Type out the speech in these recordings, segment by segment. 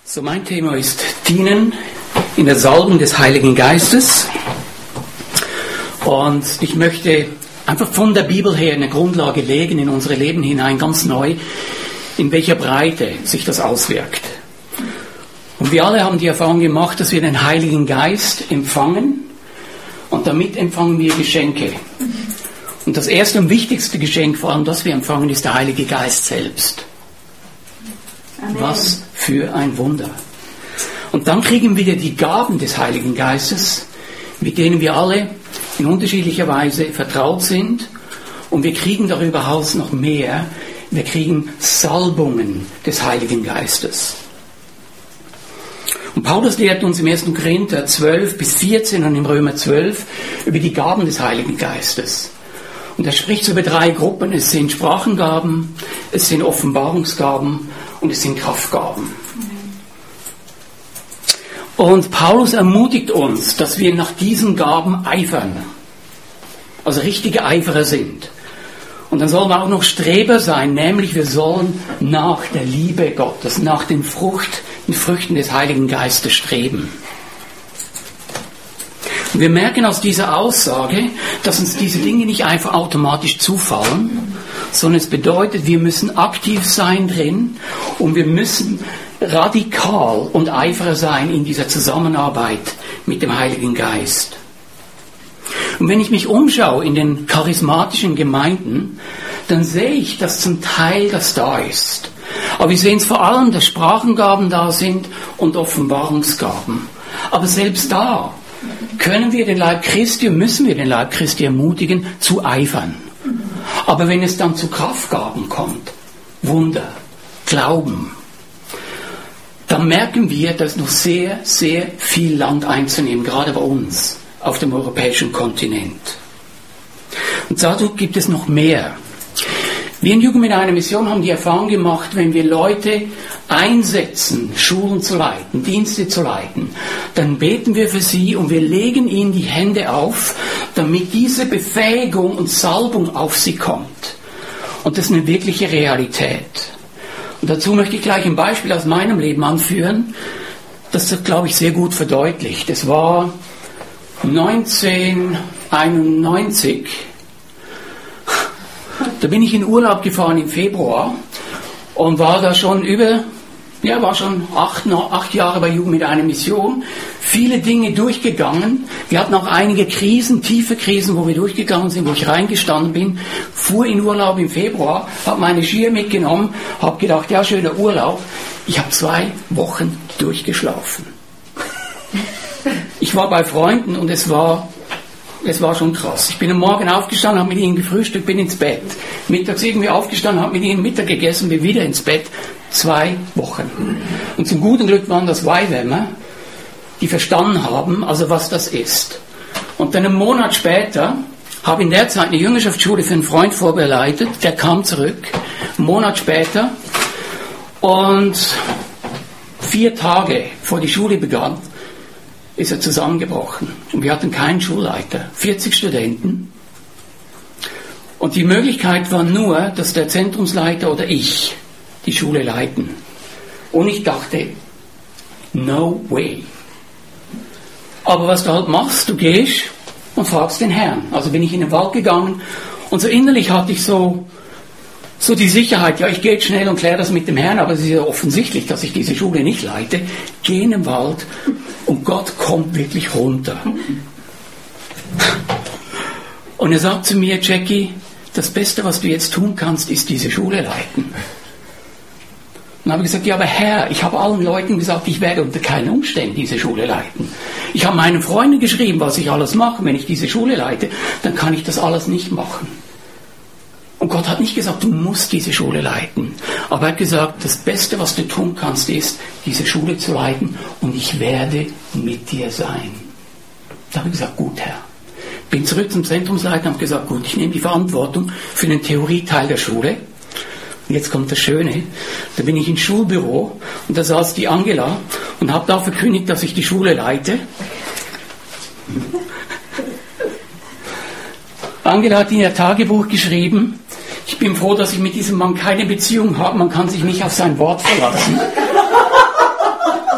So, mein Thema ist Dienen in der Salbung des Heiligen Geistes. Und ich möchte einfach von der Bibel her eine Grundlage legen in unsere Leben hinein, ganz neu, in welcher Breite sich das auswirkt. Und wir alle haben die Erfahrung gemacht, dass wir den Heiligen Geist empfangen und damit empfangen wir Geschenke. Und das erste und wichtigste Geschenk, vor allem das wir empfangen, ist der Heilige Geist selbst. Amen. Was für ein Wunder. Und dann kriegen wir die Gaben des Heiligen Geistes, mit denen wir alle in unterschiedlicher Weise vertraut sind. Und wir kriegen darüber hinaus noch mehr. Wir kriegen Salbungen des Heiligen Geistes. Und Paulus lehrt uns im 1. Korinther 12 bis 14 und im Römer 12 über die Gaben des Heiligen Geistes. Und er spricht so über 3 Gruppen. Es sind Sprachengaben, es sind Offenbarungsgaben und es sind Kraftgaben. Und Paulus ermutigt uns, dass wir nach diesen Gaben eifern. Also richtige Eiferer sind. Und dann sollen wir auch noch Streber sein, nämlich wir sollen nach der Liebe Gottes, nach den Früchten des Heiligen Geistes streben. Und wir merken aus dieser Aussage, dass uns diese Dinge nicht einfach automatisch zufallen, sondern es bedeutet, wir müssen aktiv sein drin und wir müssen radikal und Eiferer sein in dieser Zusammenarbeit mit dem Heiligen Geist. Und wenn ich mich umschaue in den charismatischen Gemeinden, dann sehe ich, dass zum Teil das da ist. Aber wir sehen es vor allem, dass Sprachengaben da sind und Offenbarungsgaben. Aber selbst da können wir den Leib Christi und müssen wir den Leib Christi ermutigen, zu eifern. Aber wenn es dann zu Kraftgaben kommt, Wunder, Glauben, dann merken wir, dass noch sehr, sehr viel Land einzunehmen, gerade bei uns auf dem europäischen Kontinent. Und dazu gibt es noch mehr. Wir in Jugend mit einer Mission haben die Erfahrung gemacht, wenn wir Leute einsetzen, Schulen zu leiten, Dienste zu leiten, dann beten wir für sie und wir legen ihnen die Hände auf, damit diese Befähigung und Salbung auf sie kommt. Und das ist eine wirkliche Realität. Und dazu möchte ich gleich ein Beispiel aus meinem Leben anführen, das, glaube ich, sehr gut verdeutlicht. Es war 1991, da bin ich in Urlaub gefahren im Februar und war da schon war schon 8 Jahre bei Jugend mit einer Mission, viele Dinge durchgegangen. Wir hatten auch einige Krisen, tiefe Krisen, wo wir durchgegangen sind, wo ich reingestanden bin, fuhr in Urlaub im Februar, habe meine Skier mitgenommen, habe gedacht, ja, schöner Urlaub. Ich habe 2 Wochen durchgeschlafen. Ich war bei Freunden und es war schon krass. Ich bin am Morgen aufgestanden, habe mit ihnen gefrühstückt, bin ins Bett. Mittags irgendwie aufgestanden, habe mit ihnen Mittag gegessen, bin wieder ins Bett. 2 Wochen. Und zum guten Glück waren das Weihwärmer, die verstanden haben, also was das ist. Und dann einen Monat später habe ich in der Zeit eine Jüngerschaftsschule für einen Freund vorbereitet, der kam zurück, einen Monat später, und 4 Tage vor die Schule begann, ist er zusammengebrochen. Und wir hatten keinen Schulleiter, 40 Studenten. Und die Möglichkeit war nur, dass der Zentrumsleiter oder ich die Schule leiten. Und ich dachte, no way. Aber was du halt machst, du gehst und fragst den Herrn. Also bin ich in den Wald gegangen und so innerlich hatte ich so die Sicherheit, ja, ich gehe jetzt schnell und kläre das mit dem Herrn, aber es ist ja offensichtlich, dass ich diese Schule nicht leite. Gehe in den Wald und Gott kommt wirklich runter. Und er sagt zu mir, Jackie, das Beste, was du jetzt tun kannst, ist diese Schule leiten. Und habe ich gesagt, ja, aber Herr, ich habe allen Leuten gesagt, ich werde unter keinen Umständen diese Schule leiten. Ich habe meinen Freunden geschrieben, was ich alles mache. Wenn ich diese Schule leite, dann kann ich das alles nicht machen. Und Gott hat nicht gesagt, du musst diese Schule leiten. Aber er hat gesagt, das Beste, was du tun kannst, ist, diese Schule zu leiten und ich werde mit dir sein. Da habe ich gesagt, gut, Herr. Bin zurück zum Zentrumsleiter und habe gesagt, gut, ich nehme die Verantwortung für den Theorieteil der Schule. Und jetzt kommt das Schöne, da bin ich ins Schulbüro und da saß die Angela und habe da verkündigt, dass ich die Schule leite. Angela hat in ihr Tagebuch geschrieben, ich bin froh, dass ich mit diesem Mann keine Beziehung habe, man kann sich nicht auf sein Wort verlassen.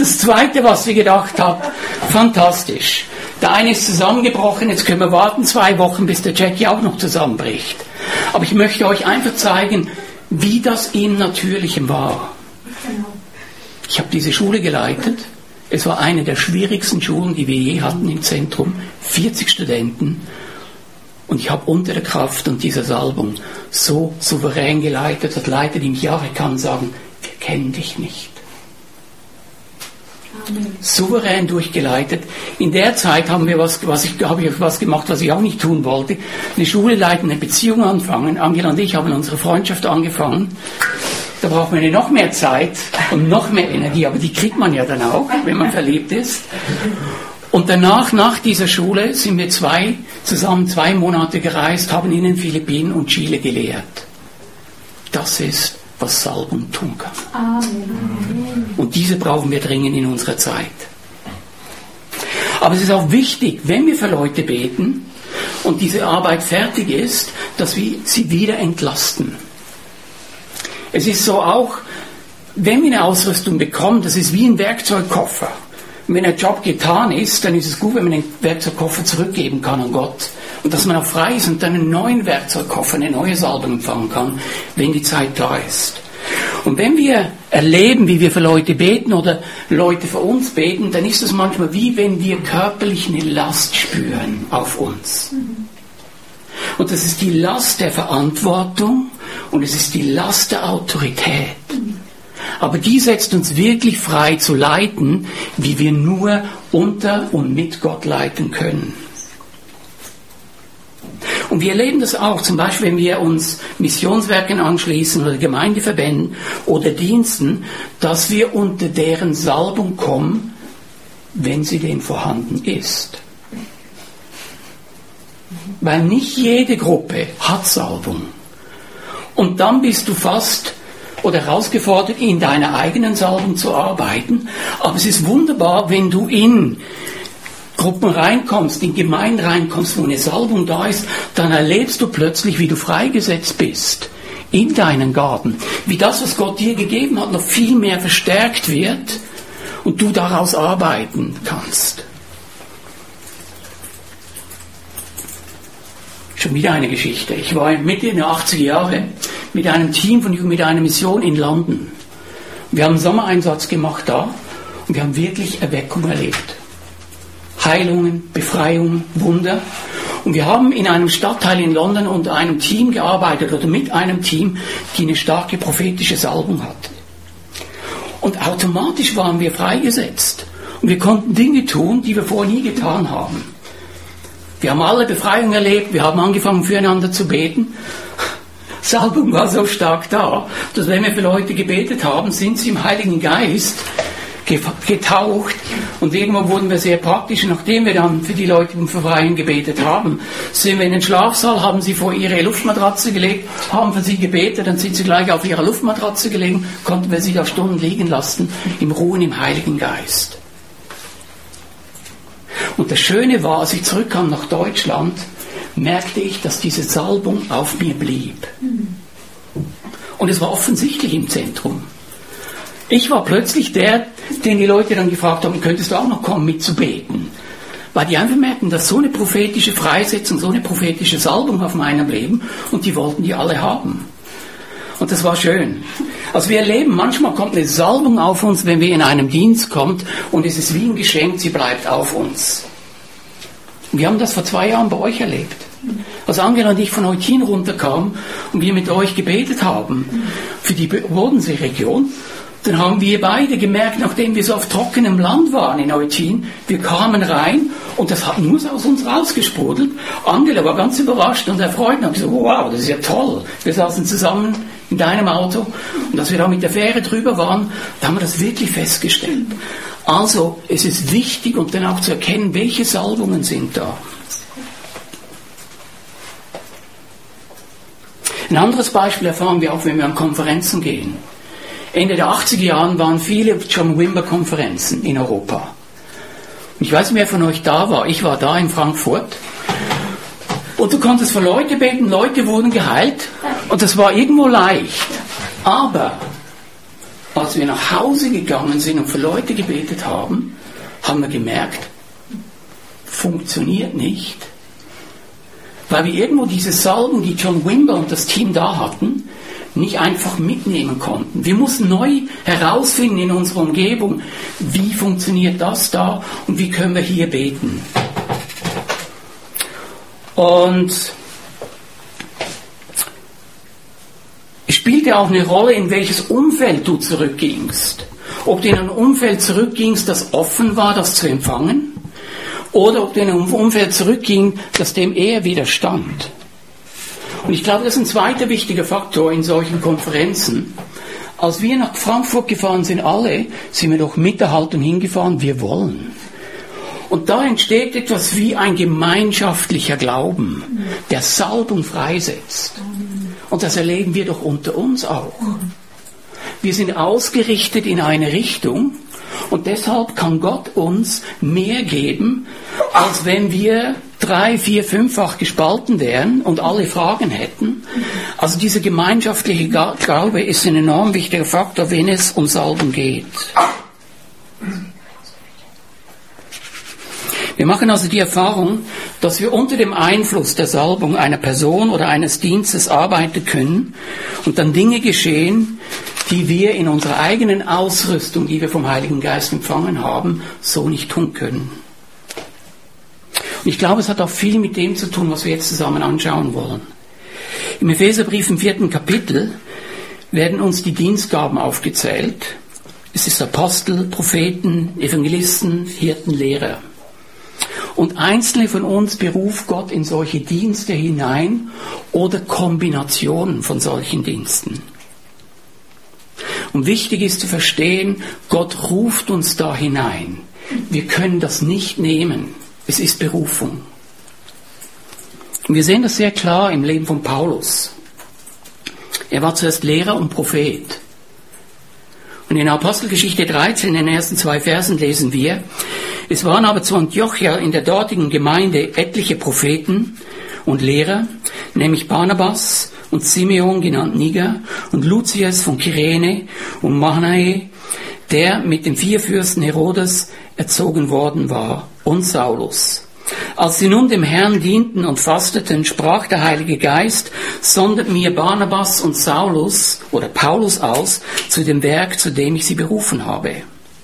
Das Zweite, was wir gedacht haben, fantastisch. Der eine ist zusammengebrochen, jetzt können wir warten 2 Wochen, bis der Jackie auch noch zusammenbricht. Aber ich möchte euch einfach zeigen, wie das im Natürlichen war. Ich habe diese Schule geleitet. Es war eine der schwierigsten Schulen, die wir je hatten im Zentrum. 40 Studenten. Und ich habe unter der Kraft und dieser Salbung so souverän geleitet, dass Leute, die mich Jahre kannten, sagen, wir kennen dich nicht. Amen. Souverän durchgeleitet. In der Zeit habe ich was gemacht, was ich auch nicht tun wollte. Eine Schule leiten, eine Beziehung anfangen. Angela und ich haben unsere Freundschaft angefangen. Da braucht man ja noch mehr Zeit und noch mehr Energie, aber die kriegt man ja dann auch, wenn man verliebt ist. Und danach, nach dieser Schule, sind wir zusammen 2 Monate gereist, haben in den Philippinen und Chile gelehrt. Das ist, was Salbung tun kann. Amen. Und diese brauchen wir dringend in unserer Zeit. Aber es ist auch wichtig, wenn wir für Leute beten und diese Arbeit fertig ist, dass wir sie wieder entlasten. Es ist so auch, wenn wir eine Ausrüstung bekommen, das ist wie ein Werkzeugkoffer. Und wenn der Job getan ist, dann ist es gut, wenn man den Werkzeugkoffer zurückgeben kann an Gott. Und dass man auch frei ist und dann einen neuen Werkzeugkoffer, eine neue Salbung empfangen kann, wenn die Zeit da ist. Und wenn wir erleben, wie wir für Leute beten oder Leute für uns beten, dann ist es manchmal wie wenn wir körperlich eine Last spüren auf uns. Und das ist die Last der Verantwortung und es ist die Last der Autorität. Aber die setzt uns wirklich frei zu leiten, wie wir nur unter und mit Gott leiten können. Und wir erleben das auch, zum Beispiel, wenn wir uns Missionswerken anschließen oder Gemeindeverbänden oder Diensten, dass wir unter deren Salbung kommen, wenn sie denn vorhanden ist. Weil nicht jede Gruppe hat Salbung. Und dann bist du fast oder herausgefordert, in deiner eigenen Salbung zu arbeiten. Aber es ist wunderbar, wenn du in Gruppen reinkommst, in Gemeinden reinkommst, wo eine Salbung da ist, dann erlebst du plötzlich, wie du freigesetzt bist in deinen Gaben. Wie das, was Gott dir gegeben hat, noch viel mehr verstärkt wird und du daraus arbeiten kannst. Schon wieder eine Geschichte. Ich war Mitte der 80er Jahre mit einem Team mit einer Mission in London. Wir haben einen Sommereinsatz gemacht da und wir haben wirklich Erweckung erlebt. Heilungen, Befreiungen, Wunder. Und wir haben in einem Stadtteil in London unter einem Team gearbeitet oder mit einem Team, die eine starke prophetische Salbung hatte. Und automatisch waren wir freigesetzt. Und wir konnten Dinge tun, die wir vorher nie getan haben. Wir haben alle Befreiung erlebt, wir haben angefangen füreinander zu beten. Salbung war so stark da, dass wenn wir für Leute gebetet haben, sind sie im Heiligen Geist getaucht und irgendwann wurden wir sehr praktisch. Nachdem wir dann für die Leute um Befreiung gebetet haben, sind wir in den Schlafsaal, haben sie vor ihre Luftmatratze gelegt, haben für sie gebetet, dann sind sie gleich auf ihrer Luftmatratze gelegen, konnten wir sie da Stunden liegen lassen, im Ruhen im Heiligen Geist. Und das Schöne war, als ich zurückkam nach Deutschland, merkte ich, dass diese Salbung auf mir blieb. Und es war offensichtlich im Zentrum. Ich war plötzlich der, den die Leute dann gefragt haben, könntest du auch noch kommen mitzubeten? Weil die einfach merkten, dass so eine prophetische Freisetzung, so eine prophetische Salbung auf meinem Leben und die wollten die alle haben. Und das war schön. Also wir erleben, manchmal kommt eine Salbung auf uns, wenn wir in einem Dienst kommen und es ist wie ein Geschenk, sie bleibt auf uns. Und wir haben das vor 2 Jahren bei euch erlebt. Als Angela und ich von Eutin runterkamen und wir mit euch gebetet haben für die Bodenseeregion, dann haben wir beide gemerkt, nachdem wir so auf trockenem Land waren in Eutin, wir kamen rein und das hat nur aus uns rausgesprudelt. Angela war ganz überrascht und erfreut und hat gesagt, wow, das ist ja toll. Wir saßen zusammen in deinem Auto und als wir da mit der Fähre drüber waren, da haben wir das wirklich festgestellt. Also, es ist wichtig und dann auch zu erkennen, welche Salbungen sind da. Ein anderes Beispiel erfahren wir auch, wenn wir an Konferenzen gehen. Ende der 80er Jahren waren viele John Wimber-Konferenzen in Europa. Und ich weiß nicht, wer von euch da war. Ich war da in Frankfurt. Und du konntest für Leute beten, Leute wurden geheilt. Und das war irgendwo leicht. Aber als als wir nach Hause gegangen sind und für Leute gebetet haben, haben wir gemerkt, funktioniert nicht. Weil wir irgendwo diese Salben, die John Wimber und das Team da hatten, nicht einfach mitnehmen konnten. Wir mussten neu herausfinden in unserer Umgebung, wie funktioniert das da und wie können wir hier beten. Und es spielte auch eine Rolle, in welches Umfeld du zurückgingst. Ob du in ein Umfeld zurückgingst, das offen war, das zu empfangen, oder ob du in ein Umfeld zurückging, das dem eher widerstand. Und ich glaube, das ist ein zweiter wichtiger Faktor in solchen Konferenzen. Als wir nach Frankfurt gefahren sind, sind wir doch mit der Haltung hingefahren, wir wollen. Und da entsteht etwas wie ein gemeinschaftlicher Glauben, der Salbung freisetzt. Und das erleben wir doch unter uns auch. Wir sind ausgerichtet in eine Richtung und deshalb kann Gott uns mehr geben, als wenn wir 3-, 4-, 5-fach gespalten wären und alle Fragen hätten. Also dieser gemeinschaftliche Glaube ist ein enorm wichtiger Faktor, wenn es um Salbung geht. Wir machen also die Erfahrung, dass wir unter dem Einfluss der Salbung einer Person oder eines Dienstes arbeiten können und dann Dinge geschehen, die wir in unserer eigenen Ausrüstung, die wir vom Heiligen Geist empfangen haben, so nicht tun können. Und ich glaube, es hat auch viel mit dem zu tun, was wir jetzt zusammen anschauen wollen. Im Epheserbrief im 4. Kapitel werden uns die Dienstgaben aufgezählt. Es ist Apostel, Propheten, Evangelisten, Hirten, Lehrer. Und einzelne von uns beruft Gott in solche Dienste hinein oder Kombinationen von solchen Diensten. Und wichtig ist zu verstehen, Gott ruft uns da hinein. Wir können das nicht nehmen. Es ist Berufung. Und wir sehen das sehr klar im Leben von Paulus. Er war zuerst Lehrer und Prophet. Und in Apostelgeschichte 13, in den ersten 2 Versen lesen wir, es waren aber zu Antiochia in der dortigen Gemeinde etliche Propheten und Lehrer, nämlich Barnabas und Simeon, genannt Niger, und Lucius von Kyrene und Manae, der mit dem Vierfürsten Herodes erzogen worden war, und Saulus. Als sie nun dem Herrn dienten und fasteten, sprach der Heilige Geist, sondert mir Barnabas und Saulus oder Paulus aus zu dem Werk, zu dem ich sie berufen habe.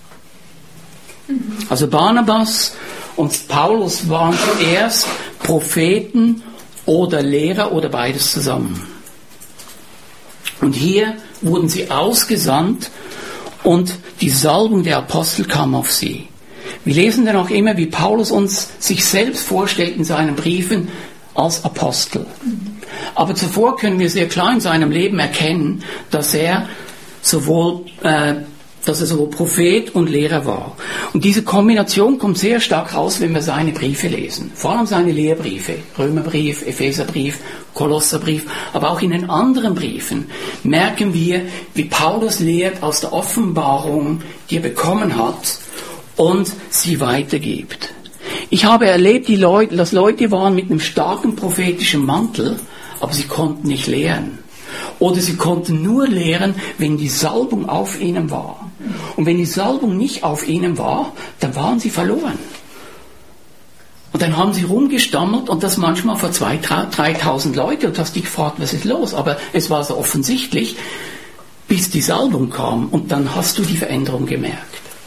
Also Barnabas und Paulus waren zuerst Propheten oder Lehrer oder beides zusammen. Und hier wurden sie ausgesandt und die Salbung der Apostel kam auf sie. Wir lesen dann auch immer, wie Paulus uns sich selbst vorstellt in seinen Briefen als Apostel. Aber zuvor können wir sehr klar in seinem Leben erkennen, dass er sowohl Prophet und Lehrer war. Und diese Kombination kommt sehr stark raus, wenn wir seine Briefe lesen. Vor allem seine Lehrbriefe, Römerbrief, Epheserbrief, Kolosserbrief, aber auch in den anderen Briefen merken wir, wie Paulus lehrt aus der Offenbarung, die er bekommen hat und sie weitergibt. Ich habe erlebt, dass Leute waren mit einem starken prophetischen Mantel, aber sie konnten nicht lehren. Oder sie konnten nur lehren, wenn die Salbung auf ihnen war. Und wenn die Salbung nicht auf ihnen war, dann waren sie verloren. Und dann haben sie rumgestammelt und das manchmal vor 2.000, 3.000 Leute und hast dich gefragt, was ist los? Aber es war so offensichtlich, bis die Salbung kam und dann hast du die Veränderung gemerkt.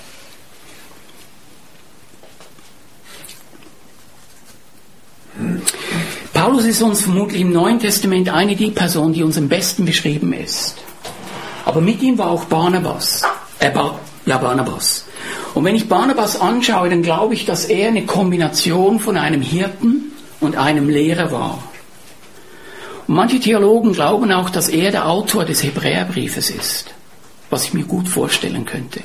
Paulus ist uns vermutlich im Neuen Testament die Person, die uns am besten beschrieben ist. Aber mit ihm war auch Barnabas. Barnabas. Und wenn ich Barnabas anschaue, dann glaube ich, dass er eine Kombination von einem Hirten und einem Lehrer war. Und manche Theologen glauben auch, dass er der Autor des Hebräerbriefes ist, was ich mir gut vorstellen könnte.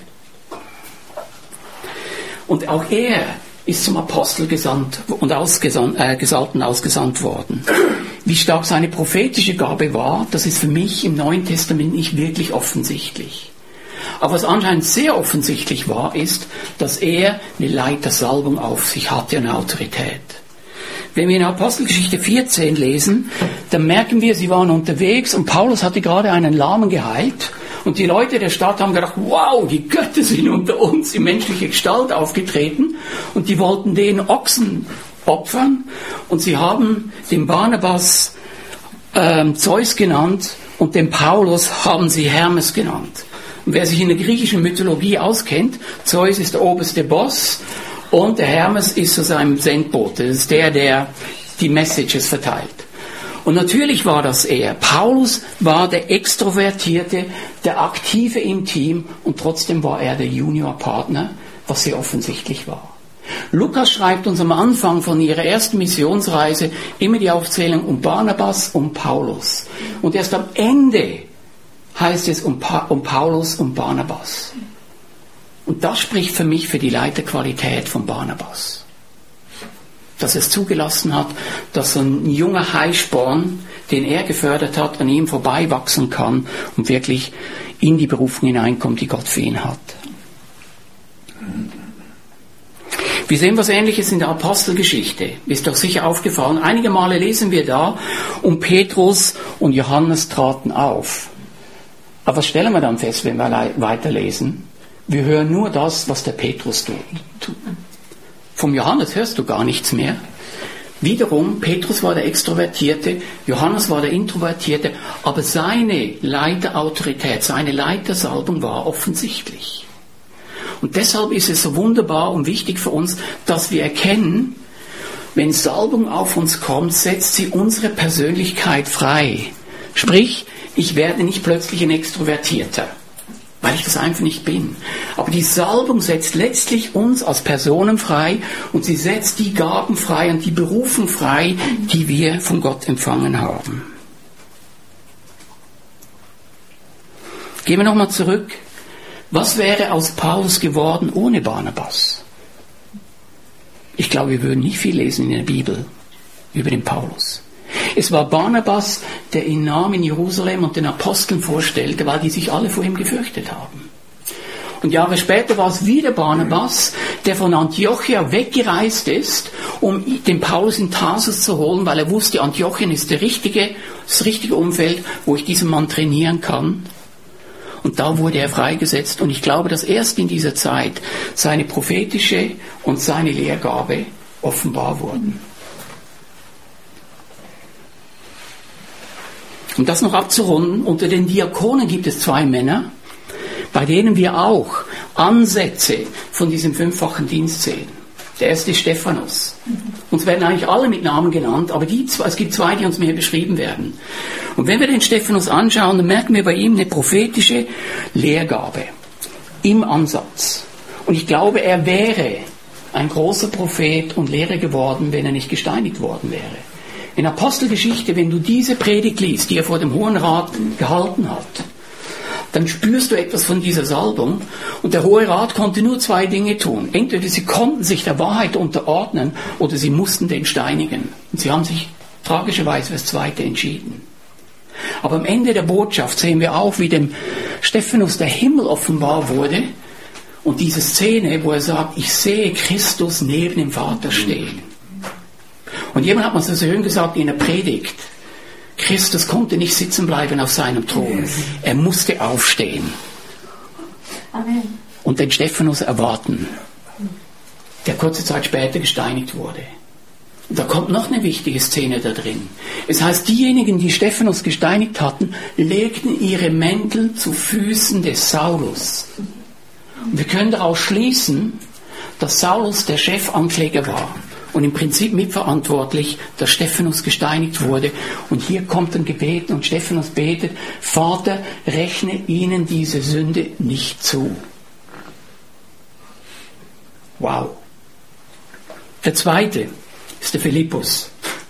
Und auch er ist zum Apostel gesandt und ausgesandt worden. Wie stark seine prophetische Gabe war, das ist für mich im Neuen Testament nicht wirklich offensichtlich. Aber was anscheinend sehr offensichtlich war, ist, dass er eine Leitersalbung auf sich hatte und Autorität. Wenn wir in Apostelgeschichte 14 lesen, dann merken wir, sie waren unterwegs und Paulus hatte gerade einen Lahmen geheilt Und die Leute der Stadt haben gedacht, wow, die Götter sind unter uns in menschlicher Gestalt aufgetreten und die wollten den Ochsen opfern und sie haben den Barnabas Zeus genannt und den Paulus haben sie Hermes genannt. Und wer sich in der griechischen Mythologie auskennt, Zeus ist der oberste Boss und der Hermes ist so sein Sendbote. Das ist der die Messages verteilt. Und natürlich war das er. Paulus war der Extrovertierte, der Aktive im Team und trotzdem war er der Juniorpartner, was sehr offensichtlich war. Lukas schreibt uns am Anfang von ihrer ersten Missionsreise immer die Aufzählung um Barnabas und Paulus. Und erst am Ende heißt es um Paulus und Barnabas. Und das spricht für mich für die Leiterqualität von Barnabas. Dass er es zugelassen hat, dass so ein junger Heißsporn, den er gefördert hat, an ihm vorbei wachsen kann und wirklich in die Berufung hineinkommt, die Gott für ihn hat. Wir sehen was Ähnliches in der Apostelgeschichte. Ist doch sicher aufgefallen. Einige Male lesen wir da, und Petrus und Johannes traten auf. Aber was stellen wir dann fest, wenn wir weiterlesen? Wir hören nur das, was der Petrus tut. Vom Johannes hörst du gar nichts mehr. Wiederum, Petrus war der Extrovertierte, Johannes war der Introvertierte, aber seine Leiterautorität, seine Leitersalbung war offensichtlich. Und deshalb ist es so wunderbar und wichtig für uns, dass wir erkennen, wenn Salbung auf uns kommt, setzt sie unsere Persönlichkeit frei. Sprich, ich werde nicht plötzlich ein Extrovertierter, weil ich das einfach nicht bin. Aber die Salbung setzt letztlich uns als Personen frei und sie setzt die Gaben frei und die Berufung frei, die wir von Gott empfangen haben. Gehen wir nochmal zurück. Was wäre aus Paulus geworden ohne Barnabas? Ich glaube, wir würden nicht viel lesen in der Bibel über den Paulus. Es war Barnabas, der ihn nahm in Jerusalem und den Aposteln vorstellte, weil die sich alle vor ihm gefürchtet haben. Und Jahre später war es wieder Barnabas, der von Antiochia weggereist ist, um den Paulus in Tarsus zu holen, weil er wusste, Antiochien ist das richtige Umfeld, wo ich diesen Mann trainieren kann. Und da wurde er freigesetzt. Und ich glaube, dass erst in dieser Zeit seine prophetische und seine Lehrgabe offenbar wurden. Um das noch abzurunden, unter den Diakonen gibt es 2 Männer, bei denen wir auch Ansätze von diesem 5-fachen Dienst sehen. Der erste ist Stephanus. Uns werden eigentlich alle mit Namen genannt, aber es gibt 2, die uns mehr beschrieben werden. Und wenn wir den Stephanus anschauen, dann merken wir bei ihm eine prophetische Lehrgabe im Ansatz. Und ich glaube, er wäre ein großer Prophet und Lehrer geworden, wenn er nicht gesteinigt worden wäre. In Apostelgeschichte, wenn du diese Predigt liest, die er vor dem Hohen Rat gehalten hat, dann spürst du etwas von dieser Salbung. Und der Hohe Rat konnte nur 2 Dinge tun. Entweder sie konnten sich der Wahrheit unterordnen oder sie mussten den steinigen. Und sie haben sich tragischerweise für das Zweite entschieden. Aber am Ende der Botschaft sehen wir auch, wie dem Stephanus der Himmel offenbar wurde. Und diese Szene, wo er sagt, ich sehe Christus neben dem Vater stehen. Und jemand hat mir so schön gesagt in der Predigt, Christus konnte nicht sitzen bleiben auf seinem Thron. Er musste aufstehen. Amen. Und den Stephanus erwarten, der kurze Zeit später gesteinigt wurde. Und da kommt noch eine wichtige Szene da drin. Es heißt, diejenigen, die Stephanus gesteinigt hatten, legten ihre Mäntel zu Füßen des Saulus. Und wir können daraus schließen, dass Saulus der Chefankläger war. Und im Prinzip mitverantwortlich, dass Stephanus gesteinigt wurde. Und hier kommt ein Gebet und Stephanus betet, Vater, rechne ihnen diese Sünde nicht zu. Wow. Der zweite ist der Philippus.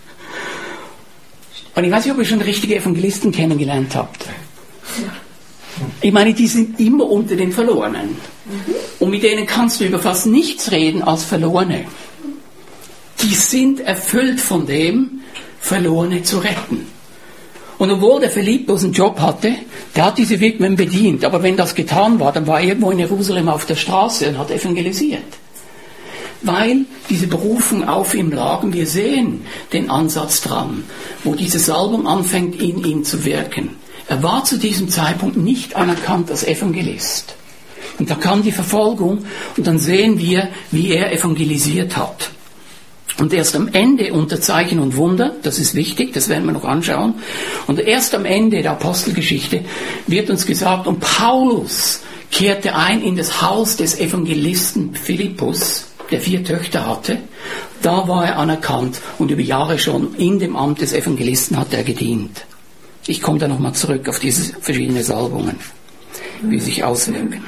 Und ich weiß nicht, ob ihr schon richtige Evangelisten kennengelernt habt. Ich meine, die sind immer unter den Verlorenen. Und mit denen kannst du über fast nichts reden als Verlorene. Die sind erfüllt von dem, Verlorene zu retten. Und obwohl der Philippus einen Job hatte, der hat diese Witwen bedient. Aber wenn das getan war, dann war er irgendwo in Jerusalem auf der Straße und hat evangelisiert. Weil diese Berufung auf ihm lag und wir sehen den Ansatz dran, wo diese Salbung anfängt, in ihm zu wirken. Er war zu diesem Zeitpunkt nicht anerkannt als Evangelist. Und da kam die Verfolgung und dann sehen wir, wie er evangelisiert hat. Und erst am Ende unter Zeichen und Wunder, das ist wichtig, das werden wir noch anschauen, und erst am Ende der Apostelgeschichte wird uns gesagt, und Paulus kehrte ein in das Haus des Evangelisten Philippus, der 4 Töchter hatte. Da war er anerkannt und über Jahre schon in dem Amt des Evangelisten hat er gedient. Ich komme da nochmal zurück auf diese verschiedenen Salbungen, wie sie sich auswirken.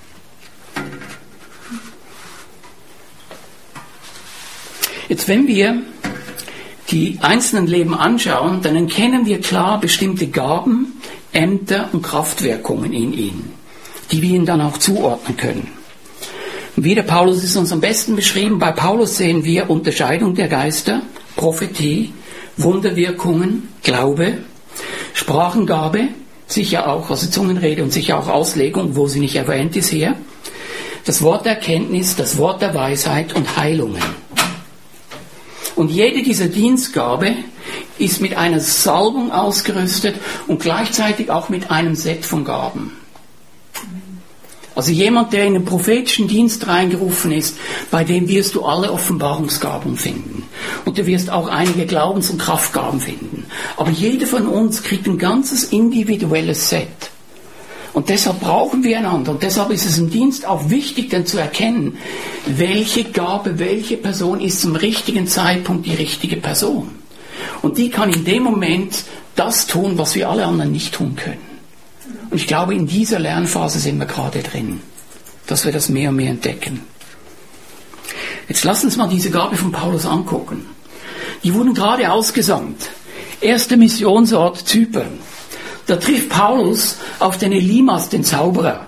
Jetzt, wenn wir die einzelnen Leben anschauen, dann erkennen wir klar bestimmte Gaben, Ämter und Kraftwirkungen in ihnen, die wir ihnen dann auch zuordnen können. Und wieder, Paulus ist uns am besten beschrieben. Bei Paulus sehen wir Unterscheidung der Geister, Prophetie, Wunderwirkungen, Glaube, Sprachengabe, sicher auch, also Zungenrede und sicher auch Auslegung, wo sie nicht erwähnt ist hier, das Wort der Erkenntnis, das Wort der Weisheit und Heilungen. Und jede dieser Dienstgabe ist mit einer Salbung ausgerüstet und gleichzeitig auch mit einem Set von Gaben. Also jemand, der in den prophetischen Dienst reingerufen ist, bei dem wirst du alle Offenbarungsgaben finden. Und du wirst auch einige Glaubens- und Kraftgaben finden. Aber jeder von uns kriegt ein ganzes individuelles Set. Und deshalb brauchen wir einander. Und deshalb ist es im Dienst auch wichtig, dann zu erkennen, welche Gabe, welche Person ist zum richtigen Zeitpunkt die richtige Person. Und die kann in dem Moment das tun, was wir alle anderen nicht tun können. Und ich glaube, in dieser Lernphase sind wir gerade drin, dass wir das mehr und mehr entdecken. Jetzt lass uns mal diese Gabe von Paulus angucken. Die wurden gerade ausgesandt. Erster Missionsort Zypern. Da trifft Paulus auf den Elimas, den Zauberer.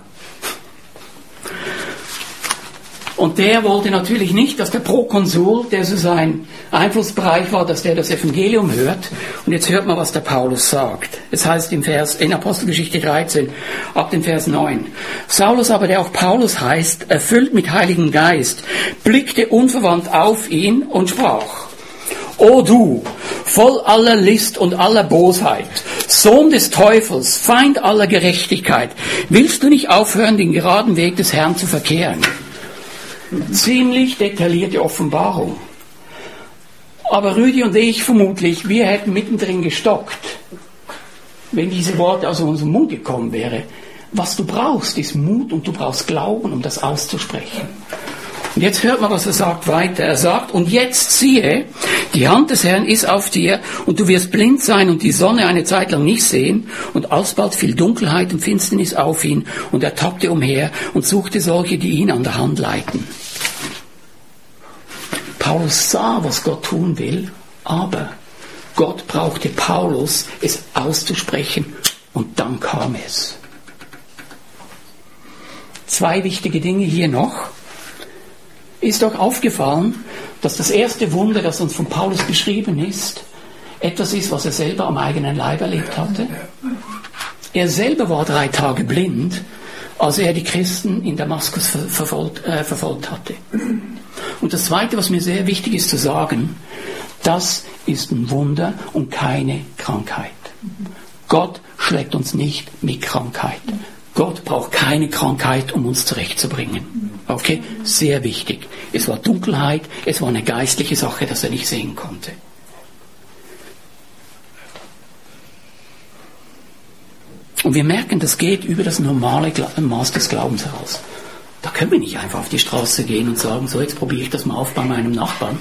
Und der wollte natürlich nicht, dass der Prokonsul, der so sein Einflussbereich war, dass der das Evangelium hört. Und jetzt hört mal, was der Paulus sagt. Es heißt in Apostelgeschichte 13, ab dem Vers 9. Saulus aber, der auch Paulus heißt, erfüllt mit Heiligen Geist, blickte unverwandt auf ihn und sprach: O du, voll aller List und aller Bosheit, Sohn des Teufels, Feind aller Gerechtigkeit, willst du nicht aufhören, den geraden Weg des Herrn zu verkehren? Ziemlich detaillierte Offenbarung. Aber Rüdi und ich vermutlich, wir hätten mittendrin gestockt, wenn diese Worte aus unserem Mund gekommen wären. Was du brauchst, ist Mut und du brauchst Glauben, um das auszusprechen. Und jetzt hört man, was er sagt weiter. Er sagt, und jetzt siehe, die Hand des Herrn ist auf dir und du wirst blind sein und die Sonne eine Zeit lang nicht sehen. Und alsbald fiel Dunkelheit und Finsternis auf ihn und er tappte umher und suchte solche, die ihn an der Hand leiten. Paulus sah, was Gott tun will, aber Gott brauchte Paulus, es auszusprechen und dann kam es. 2 wichtige Dinge hier noch. Ist doch aufgefallen, dass das erste Wunder, das uns von Paulus beschrieben ist, etwas ist, was er selber am eigenen Leib erlebt hatte. Er selber war 3 Tage blind, als er die Christen in Damaskus verfolgt hatte. Und das Zweite, was mir sehr wichtig ist zu sagen, das ist ein Wunder und keine Krankheit. Gott schlägt uns nicht mit Krankheit. Gott braucht keine Krankheit, um uns zurechtzubringen. Okay? Sehr wichtig. Es war Dunkelheit, es war eine geistliche Sache, dass er nicht sehen konnte. Und wir merken, das geht über das normale Maß des Glaubens heraus. Da können wir nicht einfach auf die Straße gehen und sagen, so, jetzt probiere ich das mal auf bei meinem Nachbarn.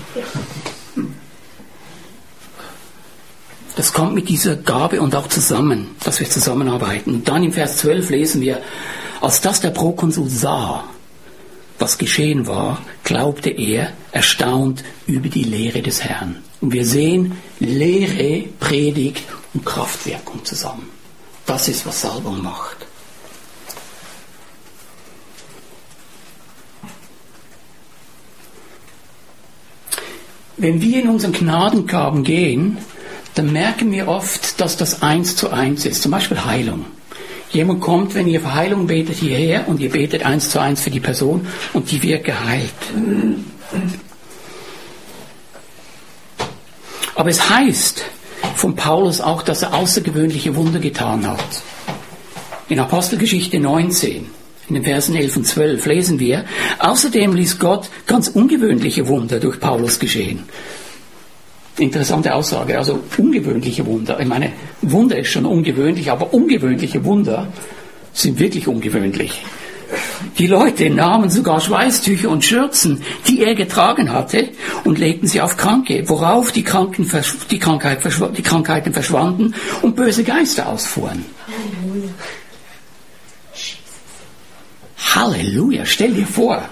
Das kommt mit dieser Gabe und auch zusammen, dass wir zusammenarbeiten. Und dann im Vers 12 lesen wir, als das der Prokonsul sah, was geschehen war, glaubte er, erstaunt über die Lehre des Herrn. Und wir sehen Lehre, Predigt und Kraftwirkung zusammen. Das ist, was Salbung macht. Wenn wir in unseren Gnadengaben gehen, dann merken wir oft, dass das 1:1 ist. Zum Beispiel Heilung. Jemand kommt, wenn ihr für Heilung betet, hierher und ihr betet 1:1 für die Person und die wird geheilt. Aber es heißt von Paulus auch, dass er außergewöhnliche Wunder getan hat. In Apostelgeschichte 19, in den Versen 11 und 12 lesen wir, außerdem ließ Gott ganz ungewöhnliche Wunder durch Paulus geschehen. Interessante Aussage, also ungewöhnliche Wunder. Ich meine, Wunder ist schon ungewöhnlich, aber ungewöhnliche Wunder sind wirklich ungewöhnlich. Die Leute nahmen sogar Schweißtücher und Schürzen, die er getragen hatte, und legten sie auf Kranke, worauf die Krankheiten verschwanden und böse Geister ausfuhren. Halleluja, stell dir vor,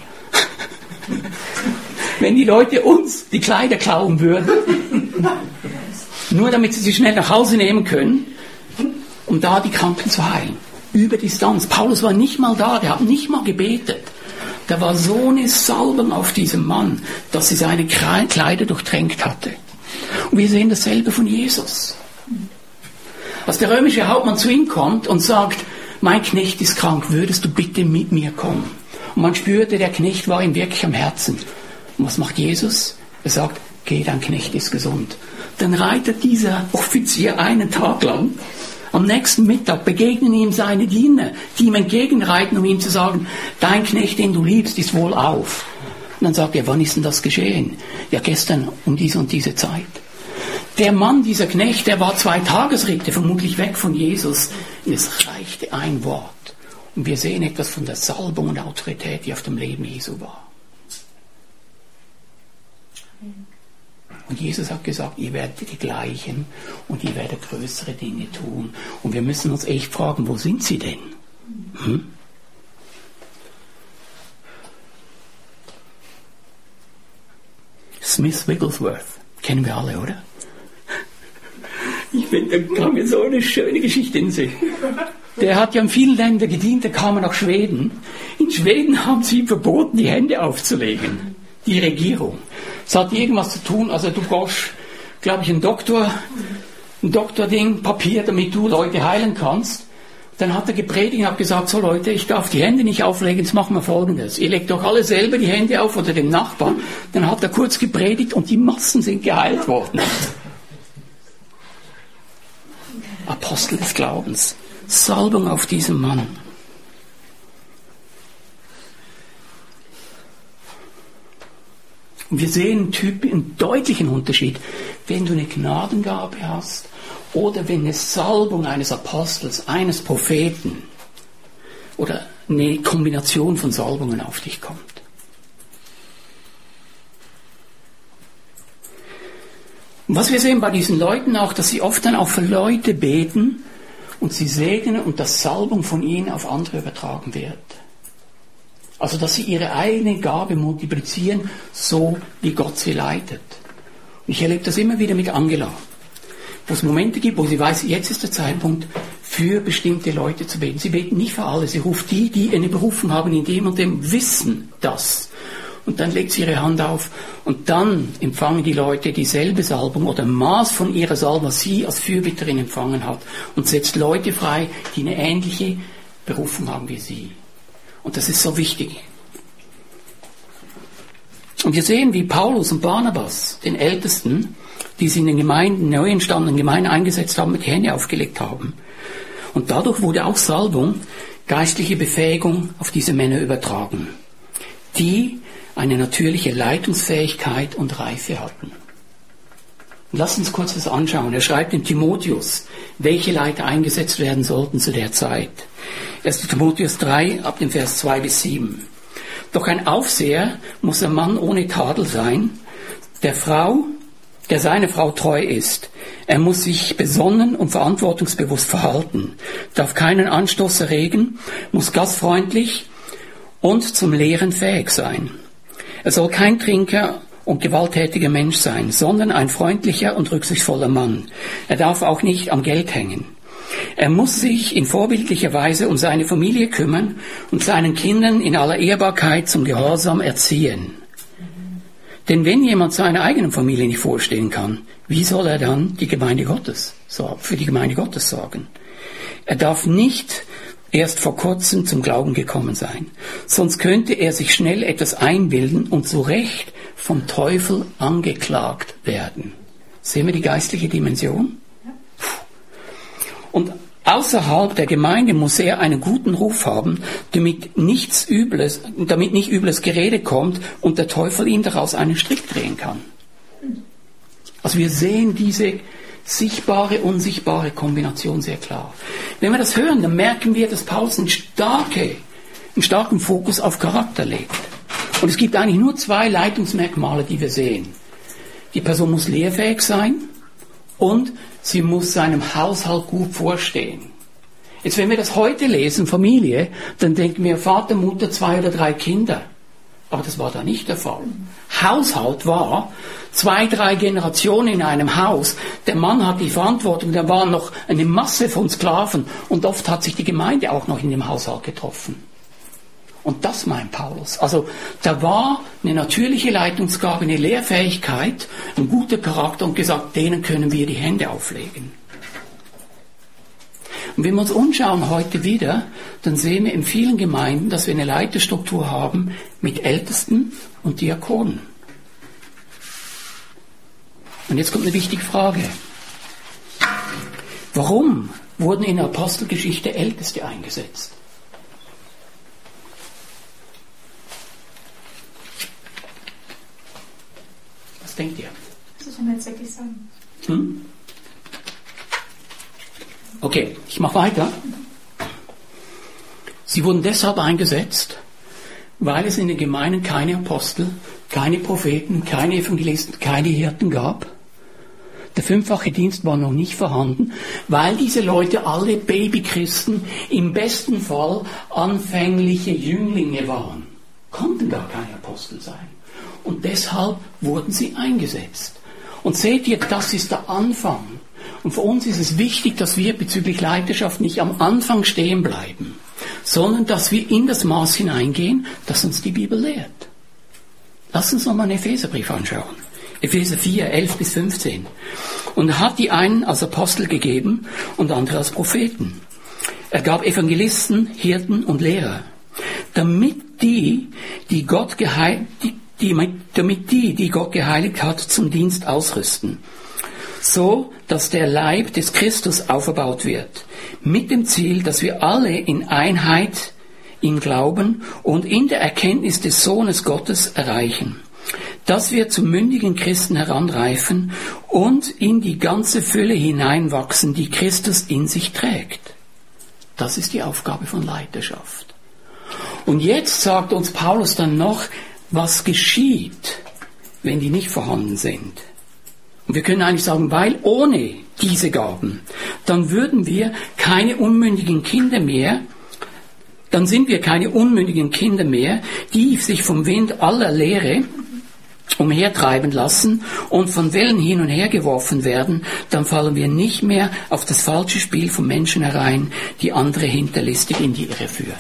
wenn die Leute uns die Kleider klauen würden, nur damit sie schnell nach Hause nehmen können, um da die Kranken zu heilen. Über Distanz. Paulus war nicht mal da, der hat nicht mal gebetet. Da war so eine Salbung auf diesem Mann, dass sie seine Kleider durchtränkt hatte. Und wir sehen dasselbe von Jesus. Als der römische Hauptmann zu ihm kommt und sagt, mein Knecht ist krank, würdest du bitte mit mir kommen? Und man spürte, der Knecht war ihm wirklich am Herzen. Und was macht Jesus? Er sagt, geh, dein Knecht ist gesund. Dann reitet dieser Offizier einen Tag lang. Am nächsten Mittag begegnen ihm seine Diener, die ihm entgegenreiten, um ihm zu sagen, dein Knecht, den du liebst, ist wohlauf. Und dann sagt er, wann ist denn das geschehen? Ja, gestern um diese und diese Zeit. Der Mann, dieser Knecht, der war 2 Tagesritte vermutlich weg von Jesus. Und es reichte ein Wort. Und wir sehen etwas von der Salbung und der Autorität, die auf dem Leben Jesu war. Und Jesus hat gesagt, ihr werdet die gleichen und ihr werdet größere Dinge tun. Und wir müssen uns echt fragen, wo sind sie denn? Smith Wigglesworth, kennen wir alle, oder? Ich finde, da kam mir so eine schöne Geschichte in sich. Der hat ja in vielen Ländern gedient, der kam nach Schweden. In Schweden haben sie ihm verboten, die Hände aufzulegen. Die Regierung. Es hat irgendwas zu tun, also du brauchst, glaube ich, ein Doktording, Papier, damit du Leute heilen kannst. Dann hat er gepredigt und hat gesagt, so Leute, ich darf die Hände nicht auflegen, jetzt machen wir Folgendes. Ihr legt doch alle selber die Hände auf oder dem Nachbarn. Dann hat er kurz gepredigt und die Massen sind geheilt worden. Apostel des Glaubens. Salbung auf diesem Mann. Und wir sehen einen deutlichen Unterschied, wenn du eine Gnadengabe hast oder wenn eine Salbung eines Apostels, eines Propheten oder eine Kombination von Salbungen auf dich kommt. Und was wir sehen bei diesen Leuten auch, dass sie oft dann auch für Leute beten und sie segnen und dass Salbung von ihnen auf andere übertragen wird. Also, dass sie ihre eigene Gabe multiplizieren, so wie Gott sie leitet. Und ich erlebe das immer wieder mit Angela, wo es Momente gibt, wo sie weiß, jetzt ist der Zeitpunkt, für bestimmte Leute zu beten. Sie beten nicht für alle, sie ruft die, die eine Berufung haben in dem und dem, wissen das. Und dann legt sie ihre Hand auf und dann empfangen die Leute dieselbe Salbung oder Maß von ihrer Salbung, was sie als Fürbitterin empfangen hat und setzt Leute frei, die eine ähnliche Berufung haben wie sie. Und das ist so wichtig. Und wir sehen, wie Paulus und Barnabas, den Ältesten, die sie in den Gemeinden, neu entstandenen Gemeinden eingesetzt haben, mit die Hände aufgelegt haben. Und dadurch wurde auch Salbung, geistliche Befähigung auf diese Männer übertragen, die eine natürliche Leitungsfähigkeit und Reife hatten. Und lasst uns kurz das anschauen. Er schreibt in Timotheus, welche Leiter eingesetzt werden sollten zu der Zeit. 1. Timotheus 3, ab dem Vers 2 bis 7. Doch ein Aufseher muss ein Mann ohne Tadel sein, der seiner Frau treu ist. Er muss sich besonnen und verantwortungsbewusst verhalten, darf keinen Anstoß erregen, muss gastfreundlich und zum Lehren fähig sein. Er soll kein Trinker und gewalttätiger Mensch sein, sondern ein freundlicher und rücksichtsvoller Mann. Er darf auch nicht am Geld hängen. Er muss sich in vorbildlicher Weise um seine Familie kümmern und seinen Kindern in aller Ehrbarkeit zum Gehorsam erziehen. Denn wenn jemand seiner eigenen Familie nicht vorstehen kann, wie soll er dann für die Gemeinde Gottes sorgen? Er darf nicht erst vor kurzem zum Glauben gekommen sein, sonst könnte er sich schnell etwas einbilden und zu Recht vom Teufel angeklagt werden. Sehen wir die geistliche Dimension? Und außerhalb der Gemeinde muss er einen guten Ruf haben, damit nicht übles Gerede kommt und der Teufel ihm daraus einen Strick drehen kann. Also wir sehen diese sichtbare, unsichtbare Kombination sehr klar. Wenn wir das hören, dann merken wir, dass Paulus einen starken Fokus auf Charakter legt. Und es gibt eigentlich nur 2 Leitungsmerkmale, die wir sehen. Die Person muss lehrfähig sein und sie muss seinem Haushalt gut vorstehen. Jetzt, wenn wir das heute lesen, Familie, dann denken wir Vater, Mutter, 2 oder 3 Kinder. Aber das war da nicht der Fall. Haushalt war 2, 3 Generationen in einem Haus. Der Mann hat die Verantwortung, da war noch eine Masse von Sklaven und oft hat sich die Gemeinde auch noch in dem Haushalt getroffen. Und das meint Paulus. Also da war eine natürliche Leitungsgabe, eine Lehrfähigkeit, ein guter Charakter und gesagt, denen können wir die Hände auflegen. Und wenn wir uns umschauen heute wieder, dann sehen wir in vielen Gemeinden, dass wir eine Leiterstruktur haben mit Ältesten und Diakonen. Und jetzt kommt eine wichtige Frage. Warum wurden in der Apostelgeschichte Älteste eingesetzt? Was denkt ihr? Das soll man jetzt wirklich sagen. Okay, ich mache weiter. Sie wurden deshalb eingesetzt, weil es in den Gemeinden keine Apostel, keine Propheten, keine Evangelisten, keine Hirten gab. Der 5-fache Dienst war noch nicht vorhanden, weil diese Leute alle Babychristen, im besten Fall anfängliche Jünglinge waren. Konnten gar keine Apostel sein. Und deshalb wurden sie eingesetzt. Und seht ihr, das ist der Anfang. Und für uns ist es wichtig, dass wir bezüglich Leiterschaft nicht am Anfang stehen bleiben, sondern dass wir in das Maß hineingehen, das uns die Bibel lehrt. Lass uns nochmal einen Epheserbrief anschauen. Epheser 4, 11 bis 15. Und er hat die einen als Apostel gegeben und andere als Propheten. Er gab Evangelisten, Hirten und Lehrer, damit die Gott geheiligt hat, zum Dienst ausrüsten, so dass der Leib des Christus aufgebaut wird, mit dem Ziel, dass wir alle in Einheit im Glauben und in der Erkenntnis des Sohnes Gottes erreichen, dass wir zu mündigen Christen heranreifen und in die ganze Fülle hineinwachsen, die Christus in sich trägt. Das ist die Aufgabe von Leiterschaft. Und jetzt sagt uns Paulus dann noch, was geschieht, wenn die nicht vorhanden sind. Und wir können eigentlich sagen, weil ohne diese Gaben, dann würden wir keine unmündigen Kinder mehr, dann sind wir keine unmündigen Kinder mehr, die sich vom Wind aller Lehre umhertreiben lassen und von Wellen hin und her geworfen werden, dann fallen wir nicht mehr auf das falsche Spiel von Menschen herein, die andere hinterlistig in die Irre führen.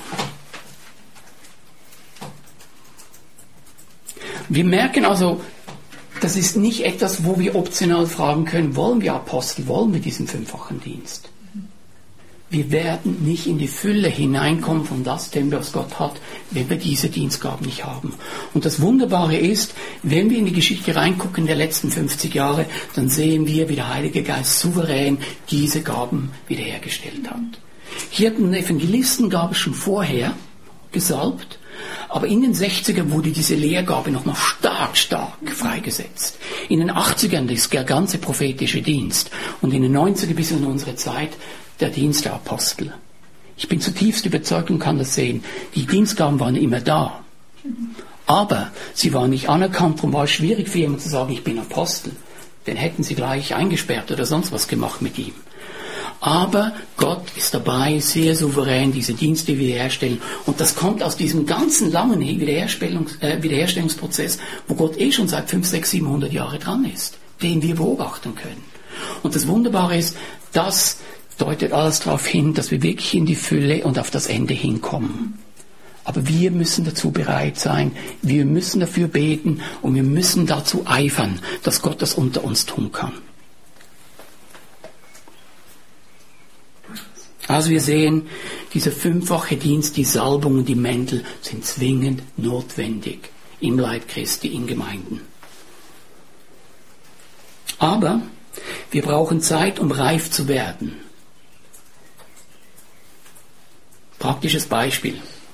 Wir merken also, das ist nicht etwas, wo wir optional fragen können, wollen wir Apostel, wollen wir diesen 5-fachen Dienst? Wir werden nicht in die Fülle hineinkommen von das, was Gott hat, wenn wir diese Dienstgaben nicht haben. Und das Wunderbare ist, wenn wir in die Geschichte reingucken der letzten 50 Jahre, dann sehen wir, wie der Heilige Geist souverän diese Gaben wiederhergestellt hat. Hirten und Evangelisten gab es schon vorher, gesalbt, aber in den 60ern wurde diese Lehrgabe nochmal stark freigesetzt. In den 80ern ist der ganze prophetische Dienst und in den 90ern bis in unsere Zeit der Dienst der Apostel. Ich bin zutiefst überzeugt und kann das sehen. Die Dienstgaben waren immer da. Aber sie waren nicht anerkannt und war es schwierig für jemanden zu sagen, ich bin Apostel. Den hätten sie gleich eingesperrt oder sonst was gemacht mit ihm. Aber Gott ist dabei, sehr souverän diese Dienste wiederherstellen. Und das kommt aus diesem ganzen langen Wiederherstellungsprozess, wo Gott schon seit 500, 600, 700 Jahre dran ist, den wir beobachten können. Und das Wunderbare ist, das deutet alles darauf hin, dass wir wirklich in die Fülle und auf das Ende hinkommen. Aber wir müssen dazu bereit sein, wir müssen dafür beten und wir müssen dazu eifern, dass Gott das unter uns tun kann. Also wir sehen, dieser 5-fache Dienst, die Salbung und die Mäntel sind zwingend notwendig im Leib Christi, in Gemeinden. Aber wir brauchen Zeit, um reif zu werden. Praktisches Beispiel.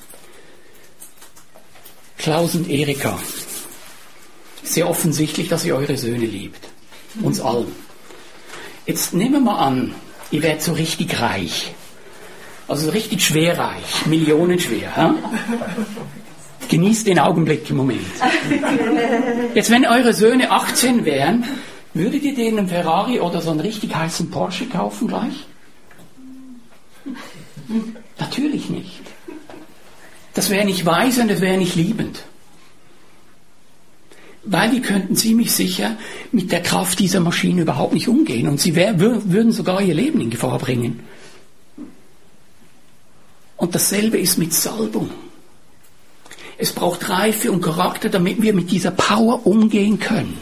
Klaus und Erika. Sehr offensichtlich, dass ihr eure Söhne liebt. Uns allen. Jetzt nehmen wir mal an, ihr werdet so richtig reich. Also richtig schwerreich. Millionenschwer. Ja? Genießt den Augenblick im Moment. Jetzt, wenn eure Söhne 18 wären, würdet ihr denen einen Ferrari oder so einen richtig heißen Porsche kaufen gleich? Natürlich nicht. Das wäre nicht weise und das wäre nicht liebend. Weil die könnten ziemlich sicher mit der Kraft dieser Maschine überhaupt nicht umgehen und sie würden sogar ihr Leben in Gefahr bringen. Und dasselbe ist mit Salbung. Es braucht Reife und Charakter, damit wir mit dieser Power umgehen können.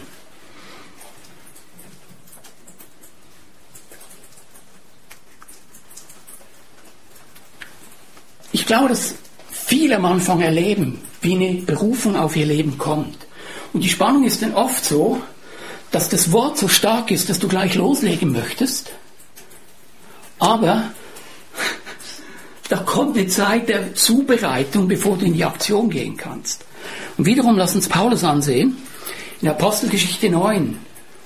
Ich glaube, dass viele am Anfang erleben, wie eine Berufung auf ihr Leben kommt. Und die Spannung ist dann oft so, dass das Wort so stark ist, dass du gleich loslegen möchtest. Aber da kommt eine Zeit der Zubereitung, bevor du in die Aktion gehen kannst. Und wiederum, lass uns Paulus ansehen, in Apostelgeschichte 9.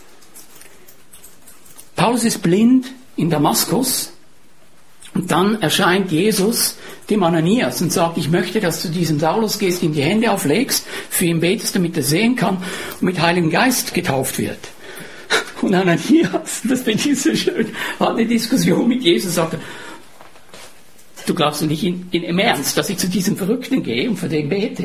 Paulus ist blind in Damaskus und dann erscheint Jesus dem Ananias und sagt, ich möchte, dass du diesem Saulus gehst, ihm die Hände auflegst, für ihn betest, damit er sehen kann und mit Heiligem Geist getauft wird. Und Ananias, das finde ich so schön, hat eine Diskussion mit Jesus, sagt er, du glaubst doch nicht im Ernst, dass ich zu diesem Verrückten gehe und für den bete.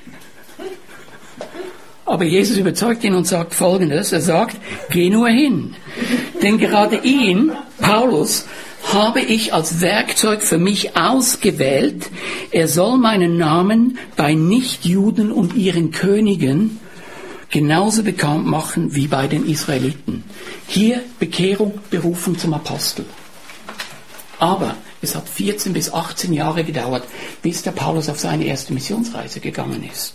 Aber Jesus überzeugt ihn und sagt Folgendes, er sagt, geh nur hin, denn gerade ihn, Paulus, habe ich als Werkzeug für mich ausgewählt, er soll meinen Namen bei Nichtjuden und ihren Königen genauso bekannt machen wie bei den Israeliten. Hier Bekehrung, Berufung zum Apostel. Aber es hat 14 bis 18 Jahre gedauert, bis der Paulus auf seine erste Missionsreise gegangen ist.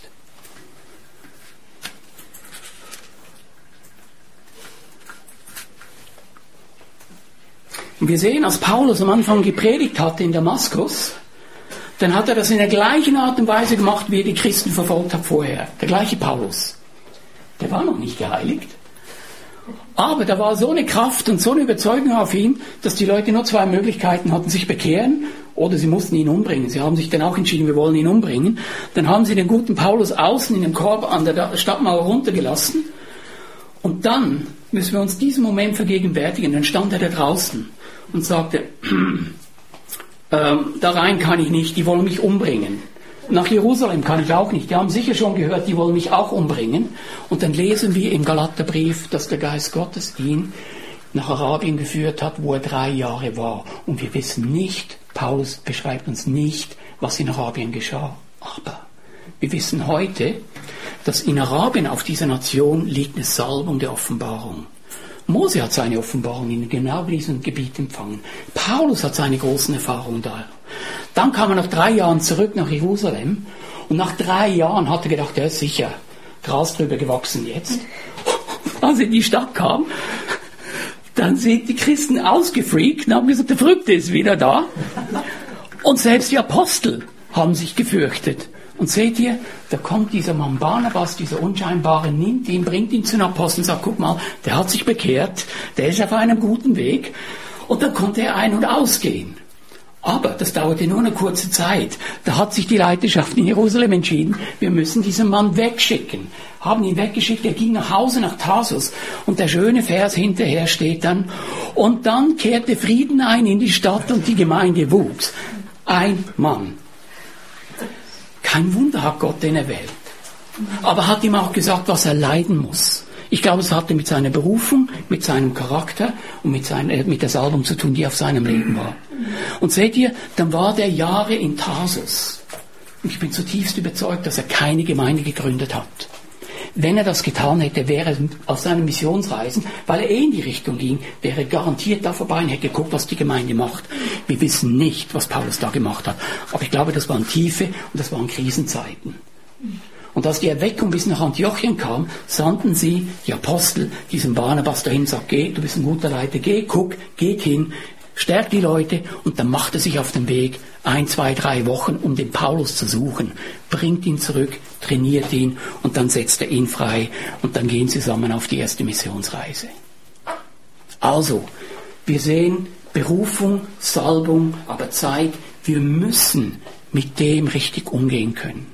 Und wir sehen, als Paulus am Anfang gepredigt hatte in Damaskus, dann hat er das in der gleichen Art und Weise gemacht, wie er die Christen verfolgt hat vorher. Der gleiche Paulus. Der war noch nicht geheiligt. Aber da war so eine Kraft und so eine Überzeugung auf ihn, dass die Leute nur zwei Möglichkeiten hatten, sich bekehren oder sie mussten ihn umbringen. Sie haben sich dann auch entschieden, wir wollen ihn umbringen. Dann haben sie den guten Paulus außen in dem Korb an der Stadtmauer runtergelassen. Und dann müssen wir uns diesen Moment vergegenwärtigen. Dann stand er da draußen und sagte, da rein kann ich nicht, die wollen mich umbringen. Nach Jerusalem kann ich auch nicht. Die haben sicher schon gehört, die wollen mich auch umbringen. Und dann lesen wir im Galaterbrief, dass der Geist Gottes ihn nach Arabien geführt hat, wo er 3 Jahre war. Und wir wissen nicht, Paulus beschreibt uns nicht, was in Arabien geschah. Aber wir wissen heute, dass in Arabien auf dieser Nation liegt eine Salbung der Offenbarung. Mose hat seine Offenbarung in genau diesem Gebiet empfangen. Paulus hat seine großen Erfahrungen da. Dann kam er nach 3 Jahren zurück nach Jerusalem und nach 3 Jahren hat er gedacht, er ist sicher Gras drüber gewachsen jetzt. Als er in die Stadt kam, dann sind die Christen ausgefreakt und haben gesagt, der Verrückte ist wieder da. Und selbst die Apostel haben sich gefürchtet. Und seht ihr, da kommt dieser Mann Barnabas, dieser Unscheinbare, nimmt ihn, bringt ihn zu den Aposteln und sagt, guck mal, der hat sich bekehrt, der ist auf einem guten Weg. Und dann konnte er ein- und ausgehen. Aber das dauerte nur eine kurze Zeit. Da hat sich die Leiterschaft in Jerusalem entschieden, wir müssen diesen Mann wegschicken. Haben ihn weggeschickt, er ging nach Hause, nach Tarsus. Und der schöne Vers hinterher steht dann, und dann kehrte Frieden ein in die Stadt und die Gemeinde wuchs. Ein Mann. Kein Wunder hat Gott den erwählt. Aber hat ihm auch gesagt, was er leiden muss. Ich glaube, es hatte mit seiner Berufung, mit seinem Charakter und mit der Salbung zu tun, die auf seinem Leben war. Und seht ihr, dann war der Jahre in Tarsus. Und ich bin zutiefst überzeugt, dass er keine Gemeinde gegründet hat. Wenn er das getan hätte, wäre er auf seinen Missionsreisen, weil er in die Richtung ging, wäre er garantiert da vorbei und hätte geguckt, was die Gemeinde macht. Wir wissen nicht, was Paulus da gemacht hat. Aber ich glaube, das waren Tiefe und das waren Krisenzeiten. Und als die Erweckung bis nach Antiochien kam, sandten sie, die Apostel, diesem Barnabas dahin, sagt, geh, du bist ein guter Leiter, geh, guck, geht hin, stärkt die Leute und dann macht er sich auf den Weg 1, 2, 3 Wochen, um den Paulus zu suchen, bringt ihn zurück, trainiert ihn und dann setzt er ihn frei und dann gehen sie zusammen auf die erste Missionsreise. Also, wir sehen Berufung, Salbung, aber Zeit, wir müssen mit dem richtig umgehen können.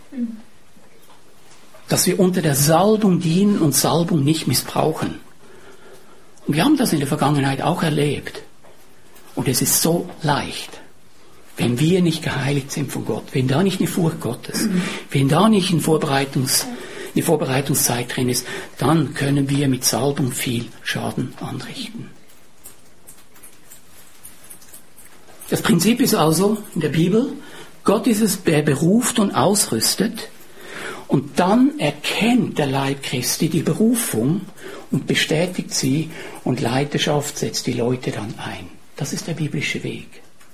Dass wir unter der Salbung dienen und Salbung nicht missbrauchen. Und wir haben das in der Vergangenheit auch erlebt. Und es ist so leicht, wenn wir nicht geheiligt sind von Gott, wenn da nicht eine Furcht Gottes, wenn da nicht eine Vorbereitungszeit drin ist, dann können wir mit Salbung viel Schaden anrichten. Das Prinzip ist also in der Bibel, Gott ist es, der beruft und ausrüstet und dann erkennt der Leib Christi die Berufung und bestätigt sie und Leiterschaft setzt die Leute dann ein. Das ist der biblische Weg.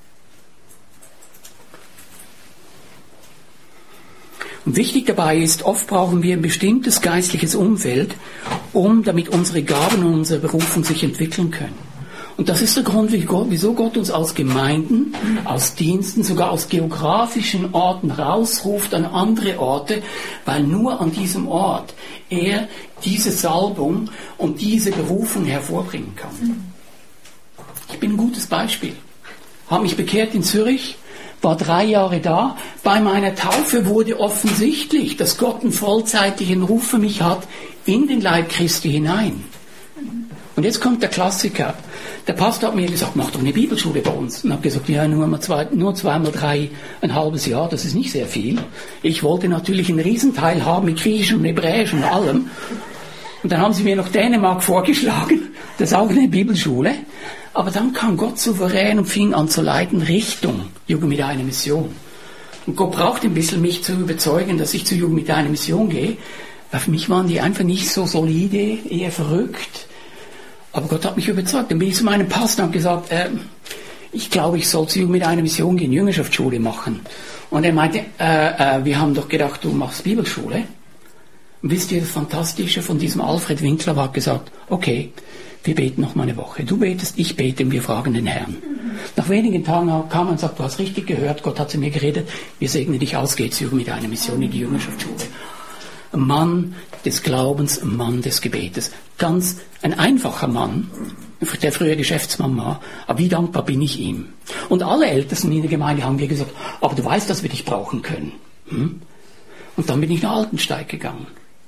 Und wichtig dabei ist, oft brauchen wir ein bestimmtes geistliches Umfeld, damit unsere Gaben und unsere Berufung sich entwickeln können. Und das ist der Grund, wieso Gott uns aus Gemeinden, aus Diensten, sogar aus geografischen Orten rausruft an andere Orte, weil nur an diesem Ort er diese Salbung und diese Berufung hervorbringen kann. Ich bin ein gutes Beispiel. Habe mich bekehrt in Zürich, war 3 Jahre da. Bei meiner Taufe wurde offensichtlich, dass Gott einen vollzeitigen Ruf für mich hat in den Leib Christi hinein. Und jetzt kommt der Klassiker. Der Pastor hat mir gesagt, mach doch eine Bibelschule bei uns. Und habe gesagt, ja, nur zweimal 3,5 Jahr, das ist nicht sehr viel. Ich wollte natürlich einen Riesenteil haben mit Griechisch und Hebräisch und allem. Und dann haben sie mir noch Dänemark vorgeschlagen. Das ist auch eine Bibelschule. Aber dann kam Gott souverän und fing an zu leiten Richtung Jugend mit einer Mission. Und Gott braucht ein bisschen mich zu überzeugen, dass ich zur Jugend mit einer Mission gehe. Weil für mich waren die einfach nicht so solide, eher verrückt. Aber Gott hat mich überzeugt. Dann bin ich zu meinem Pastor und habe gesagt, ich glaube, ich soll zur Jugend mit einer Mission gehen, Jüngerschaftsschule machen. Und er meinte, wir haben doch gedacht, du machst Bibelschule. Und wisst ihr, das Fantastische von diesem Alfred Winkler war gesagt, okay, wir beten noch mal eine Woche. Du betest, ich bete und wir fragen den Herrn. Nach wenigen Tagen kam er und sagt, du hast richtig gehört, Gott hat zu mir geredet, wir segnen dich aus, geh zur Jugend mit einer Mission in die Jüngerschaftsschule. Ein Mann des Glaubens, ein Mann des Gebetes. Ganz ein einfacher Mann, der früher Geschäftsmann war, aber wie dankbar bin ich ihm. Und alle Ältesten in der Gemeinde haben mir gesagt, aber du weißt, dass wir dich brauchen können. Und dann bin ich nach Altensteig gegangen.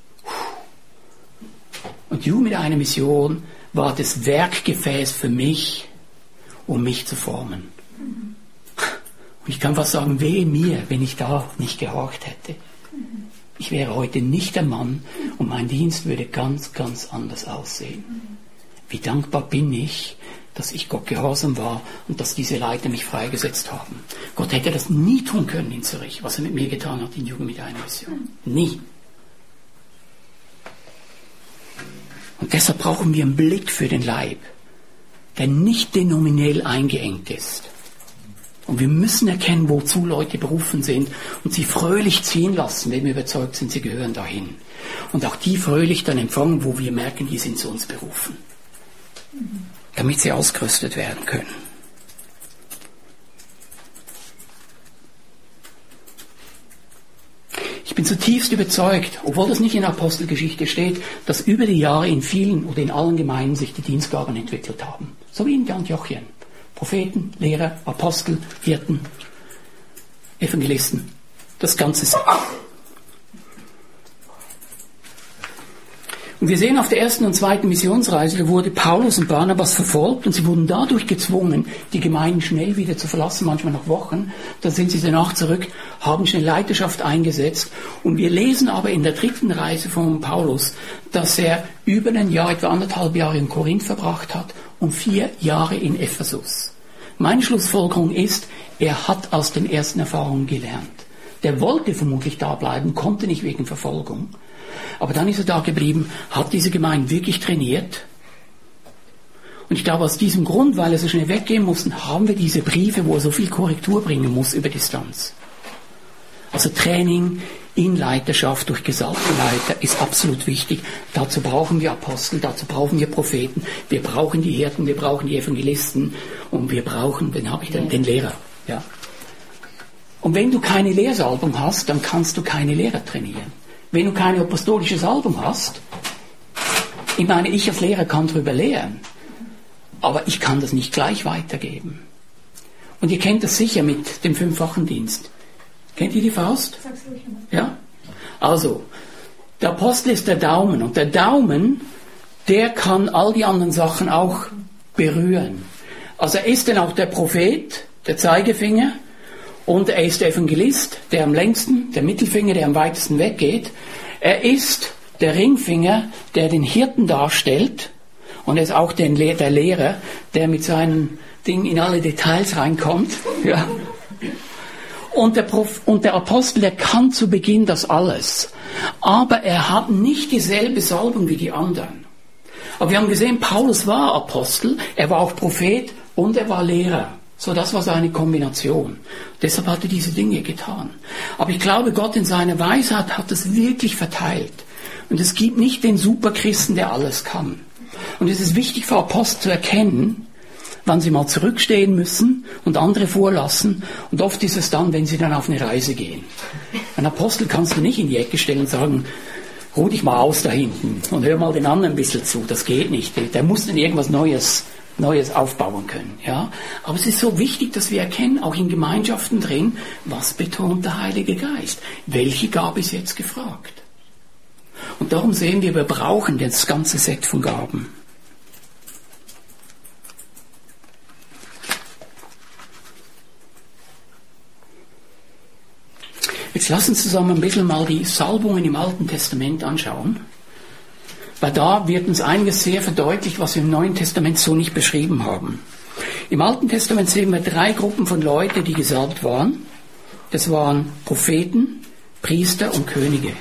Und Jugend mit einer Mission war das Werkgefäß für mich, um mich zu formen. Und ich kann fast sagen, wehe mir, wenn ich da nicht gehorcht hätte. Ich wäre heute nicht der Mann und mein Dienst würde ganz, ganz anders aussehen. Wie dankbar bin ich, dass ich Gott gehorsam war und dass diese Leiter mich freigesetzt haben. Gott hätte das nie tun können in Zürich, was er mit mir getan hat in Jugend mit einer Mission. Nie. Und deshalb brauchen wir einen Blick für den Leib, der nicht denominell eingeengt ist. Und wir müssen erkennen, wozu Leute berufen sind und sie fröhlich ziehen lassen, wenn wir überzeugt sind, sie gehören dahin. Und auch die fröhlich dann empfangen, wo wir merken, die sind zu uns berufen. Damit sie ausgerüstet werden können. Ich bin zutiefst überzeugt, obwohl das nicht in der Apostelgeschichte steht, dass über die Jahre in vielen oder in allen Gemeinden sich die Dienstgaben entwickelt haben. So wie in Antiochien. Propheten, Lehrer, Apostel, Hirten, Evangelisten. Das Ganze. Und wir sehen auf der ersten und zweiten Missionsreise, da wurde Paulus und Barnabas verfolgt und sie wurden dadurch gezwungen, die Gemeinden schnell wieder zu verlassen, manchmal nach Wochen. Dann sind sie danach zurück, haben schnell Leiterschaft eingesetzt. Und wir lesen aber in der dritten Reise von Paulus, dass er über ein Jahr, etwa 1,5 Jahre in Korinth verbracht hat und 4 Jahre in Ephesus. Meine Schlussfolgerung ist, er hat aus den ersten Erfahrungen gelernt. Der wollte vermutlich da bleiben, konnte nicht wegen Verfolgung. Aber dann ist er da geblieben, hat diese Gemeinde wirklich trainiert. Und ich glaube, aus diesem Grund, weil er so schnell weggehen musste, haben wir diese Briefe, wo er so viel Korrektur bringen muss über Distanz. Also Training in Leiterschaft durch gesalbte Leiter ist absolut wichtig. Dazu brauchen wir Apostel, dazu brauchen wir Propheten, wir brauchen die Hirten, wir brauchen die Evangelisten und wir brauchen, den Lehrer. Ja. Und wenn du keine Lehrsalbung hast, dann kannst du keine Lehrer trainieren. Wenn du keine apostolische Salbung hast, ich meine, ich als Lehrer kann darüber lehren, aber ich kann das nicht gleich weitergeben. Und ihr kennt das sicher mit dem 5-fachen Dienst. Kennt ihr die Faust? Ja? Also, der Apostel ist der Daumen und der Daumen, der kann all die anderen Sachen auch berühren. Also er ist dann auch der Prophet, der Zeigefinger, und er ist der Evangelist, der am längsten, der Mittelfinger, der am weitesten weggeht. Er ist der Ringfinger, der den Hirten darstellt, und er ist auch der Lehrer, der mit seinen Dingen in alle Details reinkommt. Ja. Und der Apostel, der kann zu Beginn das alles. Aber er hat nicht dieselbe Salbung wie die anderen. Aber wir haben gesehen, Paulus war Apostel, er war auch Prophet und er war Lehrer. So, das war seine Kombination. Deshalb hat er diese Dinge getan. Aber ich glaube, Gott in seiner Weisheit hat es wirklich verteilt. Und es gibt nicht den Superchristen, der alles kann. Und es ist wichtig für Apostel zu erkennen, wann sie mal zurückstehen müssen und andere vorlassen. Und oft ist es dann, wenn sie dann auf eine Reise gehen. Ein Apostel kannst du nicht in die Ecke stellen und sagen, ruh dich mal aus da hinten und hör mal den anderen ein bisschen zu. Das geht nicht. Der muss dann irgendwas Neues aufbauen können. Ja? Aber es ist so wichtig, dass wir erkennen, auch in Gemeinschaften drin, was betont der Heilige Geist? Welche Gabe ist jetzt gefragt? Und darum sehen wir brauchen das ganze Set von Gaben. Jetzt lass uns zusammen ein bisschen mal die Salbungen im Alten Testament anschauen. Weil da wird uns einiges sehr verdeutlicht, was wir im Neuen Testament so nicht beschrieben haben. Im Alten Testament sehen wir 3 Gruppen von Leuten, die gesalbt waren. Das waren Propheten, Priester und Könige.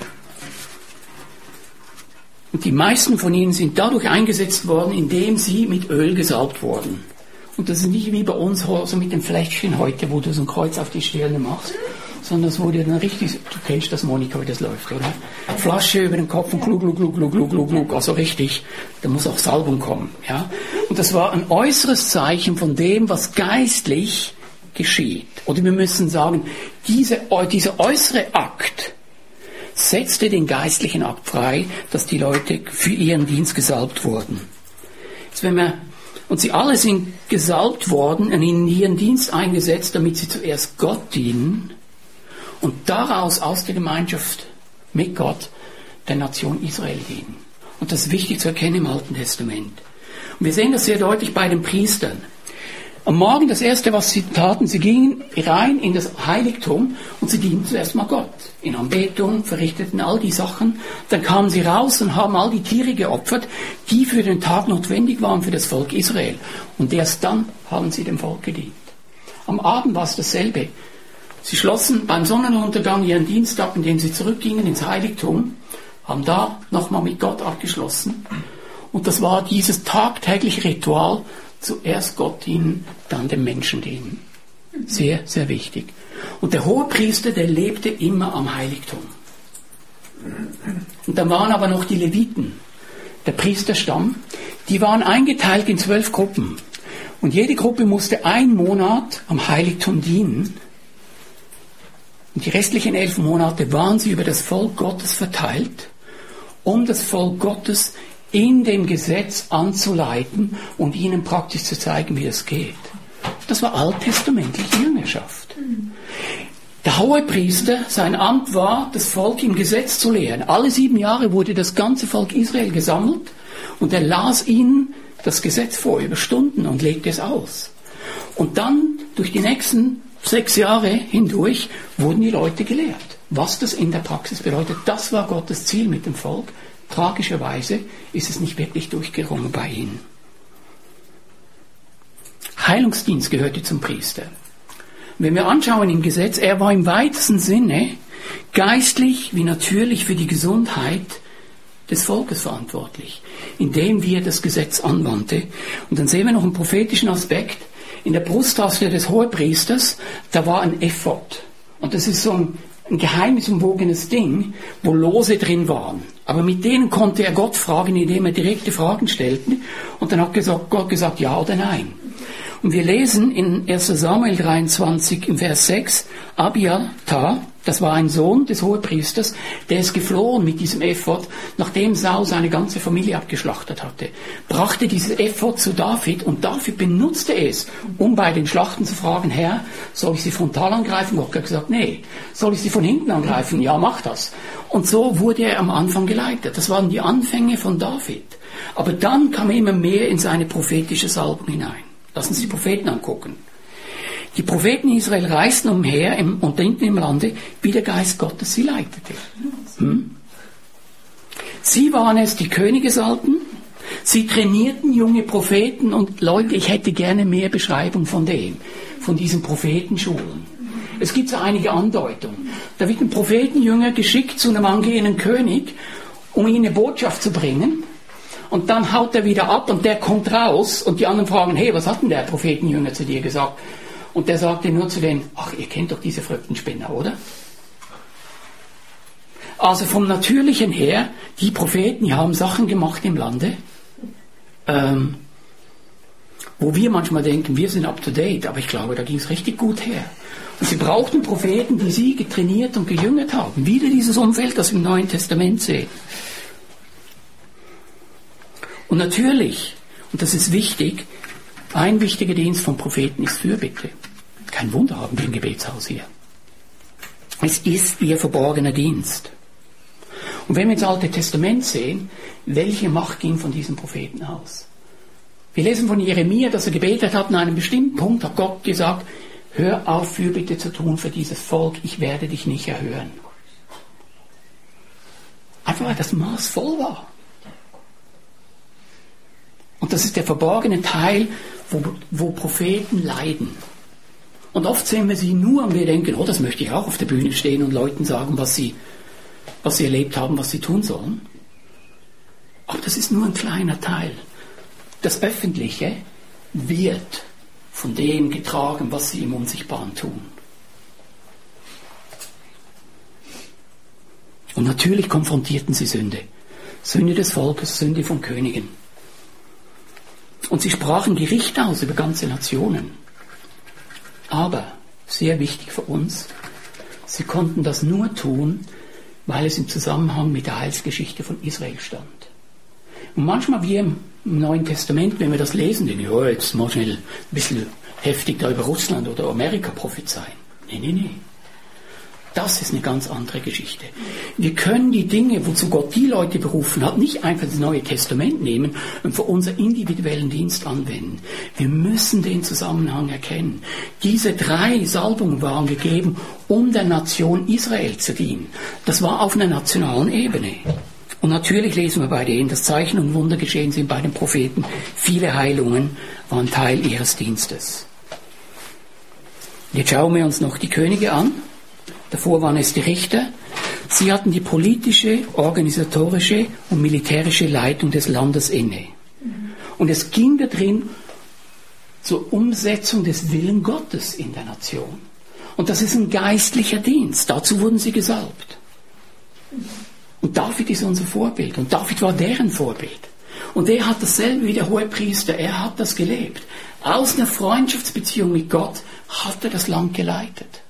Und die meisten von ihnen sind dadurch eingesetzt worden, indem sie mit Öl gesalbt wurden. Und das ist nicht wie bei uns so mit dem Fläschchen heute, wo du so ein Kreuz auf die Stirne machst, sondern es wurde dann richtig, du kennst das, Monika, wie das läuft, oder? Flasche über den Kopf und glug, glug, glug, glug, glug, glug, glug, also richtig, da muss auch Salbung kommen, ja? Und das war ein äußeres Zeichen von dem, was geistlich geschieht. Oder wir müssen sagen, dieser äußere Akt setzte den geistlichen Akt frei, dass die Leute für ihren Dienst gesalbt wurden. Jetzt, und sie alle sind gesalbt worden und in ihren Dienst eingesetzt, damit sie zuerst Gott dienen und daraus aus der Gemeinschaft mit Gott der Nation Israel dienen. Und das ist wichtig zu erkennen im Alten Testament. Und wir sehen das sehr deutlich bei den Priestern. Am Morgen das Erste, was sie taten, sie gingen rein in das Heiligtum und sie dienten zuerst mal Gott. In Anbetung, verrichteten all die Sachen. Dann kamen sie raus und haben all die Tiere geopfert, die für den Tag notwendig waren für das Volk Israel. Und erst dann haben sie dem Volk gedient. Am Abend war es dasselbe. Sie schlossen beim Sonnenuntergang ihren Dienst ab, indem sie zurückgingen ins Heiligtum, haben da nochmal mit Gott abgeschlossen. Und das war dieses tagtägliche Ritual, zuerst Gott dienen, dann dem Menschen dienen. Sehr, sehr wichtig. Und der Hohepriester, der lebte immer am Heiligtum. Und dann waren aber noch die Leviten, der Priesterstamm, die waren eingeteilt in 12 Gruppen. Und jede Gruppe musste 1 Monat am Heiligtum dienen. Und die restlichen 11 Monate waren sie über das Volk Gottes verteilt, um das Volk Gottes in dem Gesetz anzuleiten und ihnen praktisch zu zeigen, wie das geht. Das war alttestamentliche Jüngerschaft. Der Hohepriester, sein Amt war, das Volk im Gesetz zu lehren. Alle 7 Jahre wurde das ganze Volk Israel gesammelt und er las ihnen das Gesetz vor über Stunden und legte es aus. Und dann, durch die nächsten 6 Jahre hindurch, wurden die Leute gelehrt. Was das in der Praxis bedeutet, das war Gottes Ziel mit dem Volk. Tragischerweise ist es nicht wirklich durchgerungen bei ihnen. Heilungsdienst gehörte zum Priester. Wenn wir anschauen im Gesetz, er war im weitesten Sinne geistlich wie natürlich für die Gesundheit des Volkes verantwortlich, indem er das Gesetz anwandte. Und dann sehen wir noch einen prophetischen Aspekt. In der Brusttaste des Hohepriesters, da war ein Ephod. Und das ist so ein geheimnisumwogenes Ding, wo Lose drin waren. Aber mit denen konnte er Gott fragen, indem er direkte Fragen stellte. Und dann hat Gott gesagt, ja oder nein. Und wir lesen in 1. Samuel 23 im Vers 6, Abiathar, das war ein Sohn des Hohepriesters, der ist geflohen mit diesem Ephod, nachdem Saul seine ganze Familie abgeschlachtet hatte, brachte dieses Ephod zu David und David benutzte es, um bei den Schlachten zu fragen, Herr, soll ich sie frontal angreifen? Gott hat gesagt, nee. Soll ich sie von hinten angreifen? Ja, mach das. Und so wurde er am Anfang geleitet. Das waren die Anfänge von David. Aber dann kam er immer mehr in seine prophetische Salbung hinein. Lass uns die Propheten angucken. Die Propheten in Israel reisten umher und hinten im Lande, wie der Geist Gottes sie leitete. Sie waren es, die Könige salbten. Sie trainierten junge Propheten und Leute, ich hätte gerne mehr Beschreibung von diesen Prophetenschulen. Es gibt so einige Andeutungen. Da wird ein Prophetenjünger geschickt zu einem angehenden König, um ihm eine Botschaft zu bringen. Und dann haut er wieder ab und der kommt raus und die anderen fragen, hey, was hat denn der Prophetenjünger zu dir gesagt? Und der sagte nur zu denen, ach, ihr kennt doch diese verrückten Spinner, oder? Also vom Natürlichen her, die Propheten, die haben Sachen gemacht im Lande, wo wir manchmal denken, wir sind up to date, aber ich glaube, da ging es richtig gut her. Und sie brauchten Propheten, die sie getrainiert und gejüngert haben. Wieder dieses Umfeld, das wir im Neuen Testament sehen. Und natürlich, und das ist wichtig, ein wichtiger Dienst von Propheten ist Fürbitte. Kein Wunder, haben wir ein Gebetshaus hier. Es ist ihr verborgener Dienst. Und wenn wir ins Alte Testament sehen, welche Macht ging von diesen Propheten aus? Wir lesen von Jeremia, dass er gebetet hat, an einem bestimmten Punkt hat Gott gesagt, hör auf, Fürbitte zu tun für dieses Volk, ich werde dich nicht erhören. Einfach weil das Maß voll war. Und das ist der verborgene Teil, wo Propheten leiden. Und oft sehen wir sie nur und wir denken, oh, das möchte ich auch auf der Bühne stehen und Leuten sagen, was sie erlebt haben, was sie tun sollen. Aber das ist nur ein kleiner Teil. Das Öffentliche wird von dem getragen, was sie im Unsichtbaren tun. Und natürlich konfrontierten sie Sünde. Sünde des Volkes, Sünde von Königen. Und sie sprachen Gericht aus über ganze Nationen. Aber, sehr wichtig für uns, sie konnten das nur tun, weil es im Zusammenhang mit der Heilsgeschichte von Israel stand. Und manchmal wir im Neuen Testament, wenn wir das lesen, denken wir, ja, jetzt mal schnell ein bisschen heftig da über Russland oder Amerika prophezeien. Nee. Das ist eine ganz andere Geschichte. Wir können die Dinge, wozu Gott die Leute berufen hat, nicht einfach das Neue Testament nehmen und für unseren individuellen Dienst anwenden. Wir müssen den Zusammenhang erkennen. Diese 3 Salbungen waren gegeben, um der Nation Israel zu dienen. Das war auf einer nationalen Ebene. Und natürlich lesen wir bei denen, dass Zeichen und Wunder geschehen sind bei den Propheten. Viele Heilungen waren Teil ihres Dienstes. Jetzt schauen wir uns noch die Könige an. Davor waren es die Richter. Sie hatten die politische, organisatorische und militärische Leitung des Landes inne. Und es ging darin zur Umsetzung des Willens Gottes in der Nation. Und das ist ein geistlicher Dienst. Dazu wurden sie gesalbt. Und David ist unser Vorbild. Und David war deren Vorbild. Und er hat dasselbe wie der Hohepriester. Er hat das gelebt. Aus einer Freundschaftsbeziehung mit Gott hat er das Land geleitet.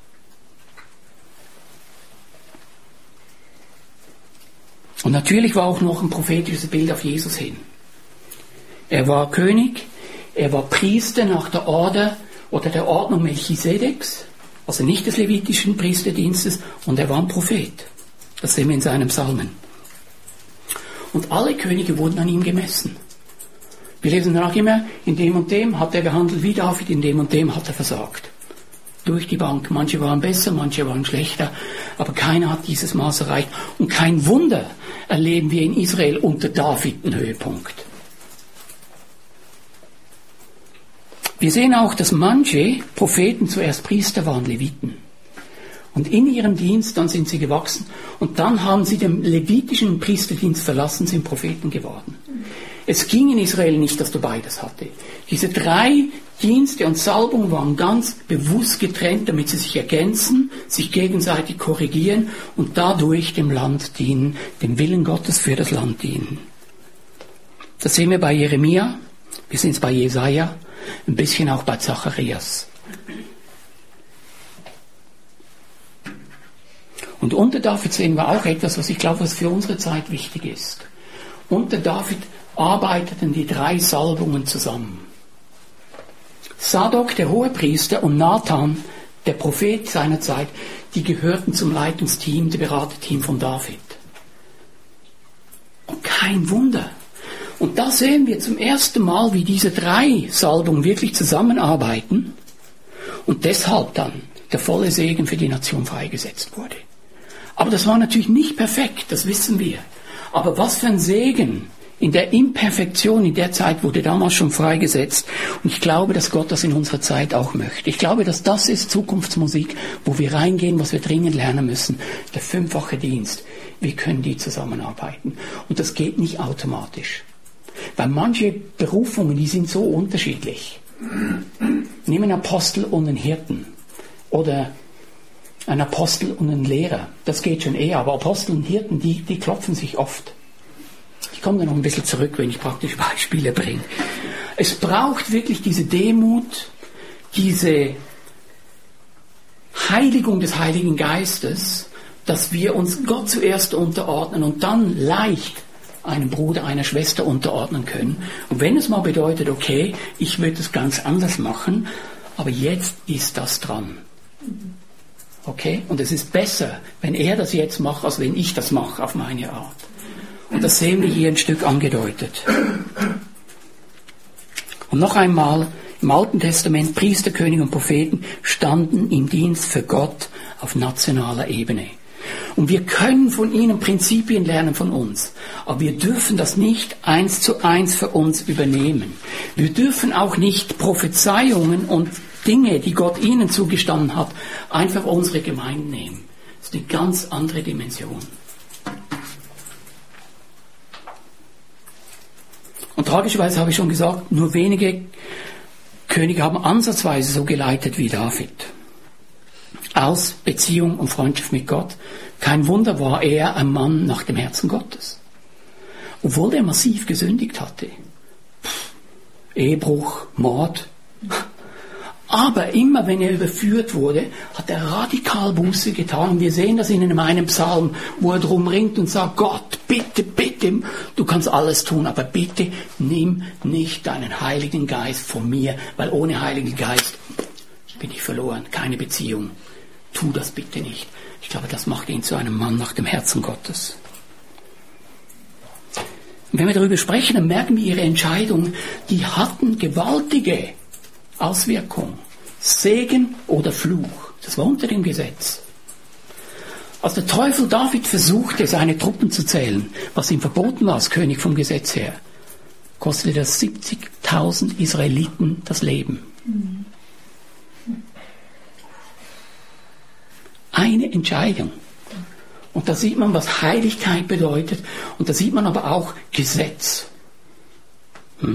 Und natürlich war auch noch ein prophetisches Bild auf Jesus hin. Er war König, er war Priester nach der Order oder der Ordnung Melchisedeks, also nicht des levitischen Priesterdienstes, und er war ein Prophet. Das sehen wir in seinem Psalmen. Und alle Könige wurden an ihm gemessen. Wir lesen danach immer, in dem und dem hat er gehandelt wie David, in dem und dem hat er versagt. Durch die Bank. Manche waren besser, manche waren schlechter, aber keiner hat dieses Maß erreicht. Und kein Wunder erleben wir in Israel unter David einen Höhepunkt. Wir sehen auch, dass manche Propheten zuerst Priester waren, Leviten. Und in ihrem Dienst, dann sind sie gewachsen und dann haben sie den levitischen Priesterdienst verlassen, sind Propheten geworden. Es ging in Israel nicht, dass du beides hatte. Diese 3 Dienste und Salbung waren ganz bewusst getrennt, damit sie sich ergänzen, sich gegenseitig korrigieren und dadurch dem Land dienen, dem Willen Gottes für das Land dienen. Das sehen wir bei Jeremia, wir sehen es bei Jesaja, ein bisschen auch bei Zacharias. Und unter David sehen wir auch etwas, was ich glaube, was für unsere Zeit wichtig ist. Unter David arbeiteten die 3 Salbungen zusammen. Sadok, der Hohepriester, und Nathan, der Prophet seiner Zeit, die gehörten zum Leitungsteam, dem Beraterteam von David. Und kein Wunder. Und da sehen wir zum ersten Mal, wie diese 3 Salbungen wirklich zusammenarbeiten und deshalb dann der volle Segen für die Nation freigesetzt wurde. Aber das war natürlich nicht perfekt, das wissen wir. Aber was für ein Segen in der Imperfektion, in der Zeit wurde damals schon freigesetzt. Und ich glaube, dass Gott das in unserer Zeit auch möchte. Ich glaube, dass das ist Zukunftsmusik, wo wir reingehen, was wir dringend lernen müssen. Der 5-fache Dienst. Wie können die zusammenarbeiten? Und das geht nicht automatisch. Weil manche Berufungen, die sind so unterschiedlich. Nehmen einen Apostel und einen Hirten. Oder ein Apostel und ein Lehrer. Das geht schon eher. Aber Apostel und Hirten, die klopfen sich oft. Ich komme da noch ein bisschen zurück, wenn ich praktisch Beispiele bringe. Es braucht wirklich diese Demut, diese Heiligung des Heiligen Geistes, dass wir uns Gott zuerst unterordnen und dann leicht einem Bruder, einer Schwester unterordnen können. Und wenn es mal bedeutet, okay, ich würde es ganz anders machen, aber jetzt ist das dran. Okay? Und es ist besser, wenn er das jetzt macht, als wenn ich das mache auf meine Art. Und das sehen wir hier ein Stück angedeutet. Und noch einmal, im Alten Testament, Priester, Könige und Propheten standen im Dienst für Gott auf nationaler Ebene. Und wir können von ihnen Prinzipien lernen von uns. Aber wir dürfen das nicht 1:1 für uns übernehmen. Wir dürfen auch nicht Prophezeiungen und Dinge, die Gott ihnen zugestanden hat, einfach unsere Gemeinden nehmen. Das ist eine ganz andere Dimension. Und tragischerweise habe ich schon gesagt, nur wenige Könige haben ansatzweise so geleitet wie David. Aus Beziehung und Freundschaft mit Gott. Kein Wunder, war er ein Mann nach dem Herzen Gottes. Obwohl er massiv gesündigt hatte. Ehebruch, Mord. Aber immer wenn er überführt wurde, hat er radikal Buße getan. Und wir sehen das in einem Psalm, wo er drum ringt und sagt, Gott, bitte, bitte, du kannst alles tun, aber bitte nimm nicht deinen Heiligen Geist von mir, weil ohne Heiligen Geist bin ich verloren, keine Beziehung. Tu das bitte nicht. Ich glaube, das macht ihn zu einem Mann nach dem Herzen Gottes. Und wenn wir darüber sprechen, dann merken wir ihre Entscheidungen, die hatten gewaltige Auswirkung. Segen oder Fluch. Das war unter dem Gesetz. Als der Teufel David versuchte, seine Truppen zu zählen, was ihm verboten war als König vom Gesetz her, kostete das 70.000 Israeliten das Leben. Eine Entscheidung. Und da sieht man, was Heiligkeit bedeutet. Und da sieht man aber auch Gesetz. Da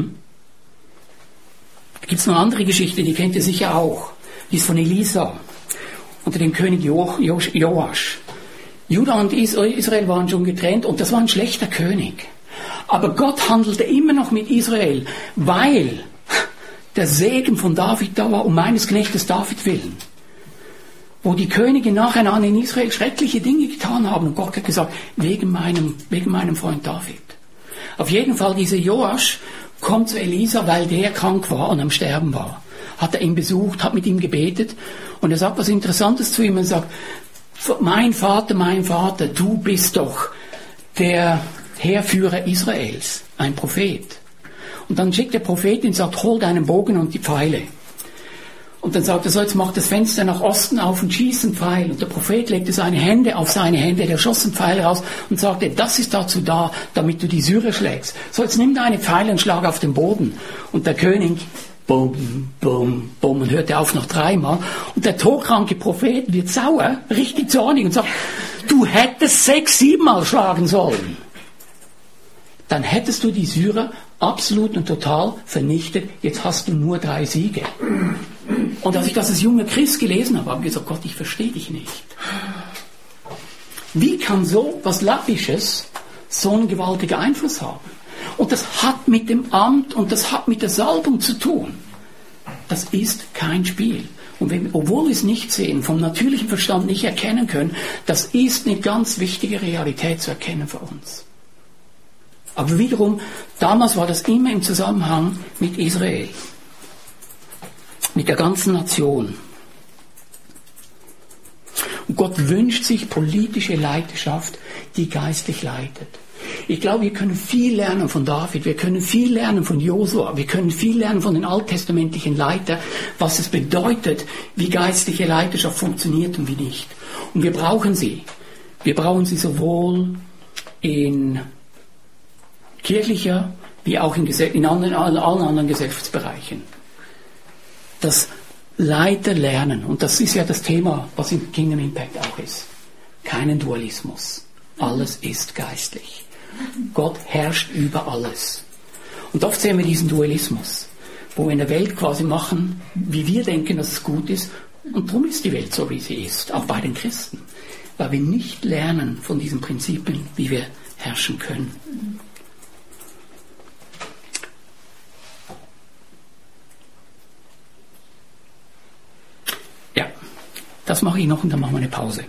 gibt es noch eine andere Geschichte, die kennt ihr sicher auch. Die ist von Elisa unter dem König Joasch. Juda und Israel waren schon getrennt und das war ein schlechter König. Aber Gott handelte immer noch mit Israel, weil der Segen von David da war, um meines Knechtes David willen. Wo die Könige nacheinander in Israel schreckliche Dinge getan haben. Und Gott hat gesagt, wegen meinem Freund David. Auf jeden Fall, dieser Joasch kommt zu Elisa, weil der krank war und am Sterben war. Hat er ihn besucht, hat mit ihm gebetet. Und er sagt was Interessantes zu ihm. Er sagt, mein Vater, du bist doch der Heerführer Israels, ein Prophet. Und dann schickt der Prophet ihn und sagt, hol deinen Bogen und die Pfeile. Und dann sagt er so, jetzt mach das Fenster nach Osten auf und schieß einen Pfeil. Und der Prophet legte seine Hände auf seine Hände, der schoss einen Pfeil raus und sagte, das ist dazu da, damit du die Syrer schlägst. So, jetzt nimm deine Pfeile und schlag auf den Boden. Und der König, bum, bum, bum, und hörte auf noch 3-mal. Und der todkranke Prophet wird sauer, richtig zornig und sagt, du hättest 6-7 Mal schlagen sollen. Dann hättest du die Syrer absolut und total vernichtet, jetzt hast du nur 3 Siege. Und als ich das als junger Christ gelesen habe, habe ich gesagt, Gott, ich verstehe dich nicht. Wie kann so was Lappisches so einen gewaltigen Einfluss haben? Und das hat mit dem Amt und das hat mit der Salbung zu tun. Das ist kein Spiel. Und obwohl wir es nicht sehen, vom natürlichen Verstand nicht erkennen können, das ist eine ganz wichtige Realität zu erkennen für uns. Aber wiederum, damals war das immer im Zusammenhang mit Israel. Mit der ganzen Nation. Und Gott wünscht sich politische Leiterschaft, die geistlich leitet. Ich glaube, wir können viel lernen von David, wir können viel lernen von Josua, wir können viel lernen von den alttestamentlichen Leitern, was es bedeutet, wie geistliche Leiterschaft funktioniert und wie nicht. Und wir brauchen sie. Wir brauchen sie sowohl in kirchlicher wie auch in allen anderen Gesellschaftsbereichen. Das Leiter lernen, und das ist ja das Thema, was im Kingdom Impact auch ist. Keinen Dualismus. Alles ist geistlich. Gott herrscht über alles. Und oft sehen wir diesen Dualismus, wo wir in der Welt quasi machen, wie wir denken, dass es gut ist. Und darum ist die Welt so, wie sie ist, auch bei den Christen. Weil wir nicht lernen von diesen Prinzipien, wie wir herrschen können. Ja, das mache ich noch und dann machen wir eine Pause.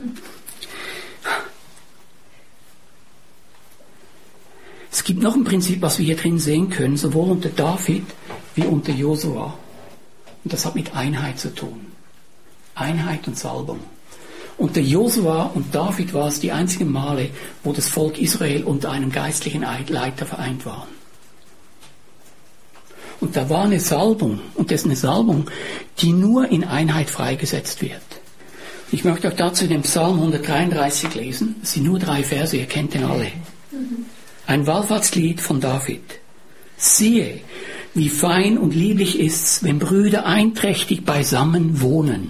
Es gibt noch ein Prinzip, was wir hier drin sehen können, sowohl unter David wie unter Josua. Und das hat mit Einheit zu tun. Einheit und Salbung. Unter Josua und David war es die einzigen Male, wo das Volk Israel unter einem geistlichen Leiter vereint war. Und da war eine Salbung, und das ist eine Salbung, die nur in Einheit freigesetzt wird. Ich möchte auch dazu den Psalm 133 lesen. Es sind nur 3 Verse, ihr kennt den alle. Ein Wallfahrtslied von David. Siehe, wie fein und lieblich ist's, wenn Brüder einträchtig beisammen wohnen.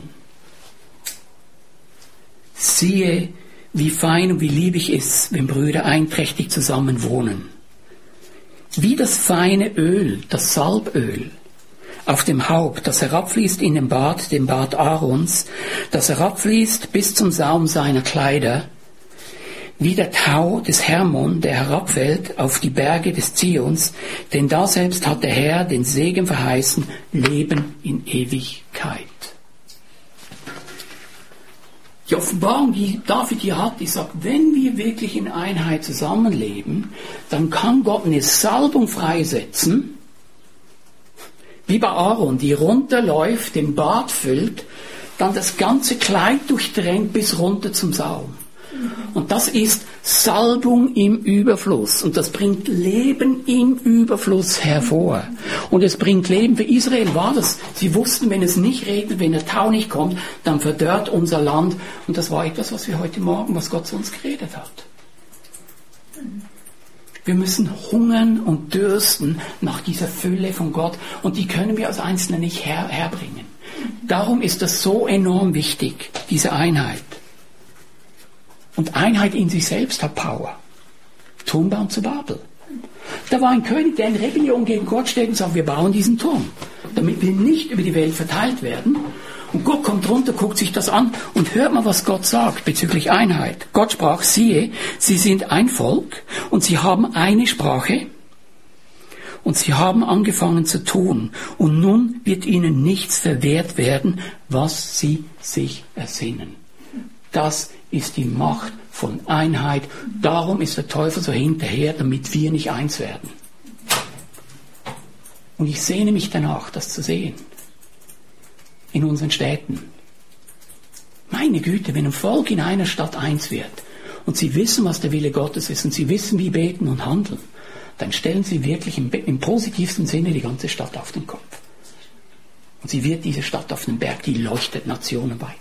Siehe, wie fein und wie lieblich ist's, wenn Brüder einträchtig zusammen wohnen. Wie das feine Öl, das Salböl, auf dem Haupt, das herabfließt in den Bart Aarons, das herabfließt bis zum Saum seiner Kleider, wie der Tau des Hermon, der herabfällt auf die Berge des Zions, denn da selbst hat der Herr den Segen verheißen, Leben in Ewigkeit. Die Offenbarung, die David hier hat, die sagt, wenn wir wirklich in Einheit zusammenleben, dann kann Gott eine Salbung freisetzen, wie bei Aaron, die runterläuft, den Bart füllt, dann das ganze Kleid durchdrängt bis runter zum Saum. Und das ist Salbung im Überfluss. Und das bringt Leben im Überfluss hervor. Und es bringt Leben. Für Israel war das. Sie wussten, wenn es nicht regnet, wenn der Tau nicht kommt, dann verdörrt unser Land. Und das war etwas, was wir heute Morgen, was Gott zu uns geredet hat. Wir müssen hungern und dürsten nach dieser Fülle von Gott. Und die können wir als Einzelne nicht herbringen. Darum ist das so enorm wichtig, diese Einheit. Und Einheit in sich selbst hat Power. Turmbaum zu Babel. Da war ein König, der in Rebellion gegen Gott steht und sagt, wir bauen diesen Turm, damit wir nicht über die Welt verteilt werden. Und Gott kommt runter, guckt sich das an und hört mal, was Gott sagt bezüglich Einheit. Gott sprach, siehe, sie sind ein Volk und sie haben eine Sprache und sie haben angefangen zu tun. Und nun wird ihnen nichts verwehrt werden, was sie sich ersinnen. Das ist die Macht von Einheit. Darum ist der Teufel so hinterher, damit wir nicht eins werden. Und ich sehne mich danach, das zu sehen. In unseren Städten. Meine Güte, wenn ein Volk in einer Stadt eins wird und sie wissen, was der Wille Gottes ist und sie wissen, wie beten und handeln, dann stellen sie wirklich im positivsten Sinne die ganze Stadt auf den Kopf. Und sie wird diese Stadt auf dem Berg, die leuchtet nationenweit.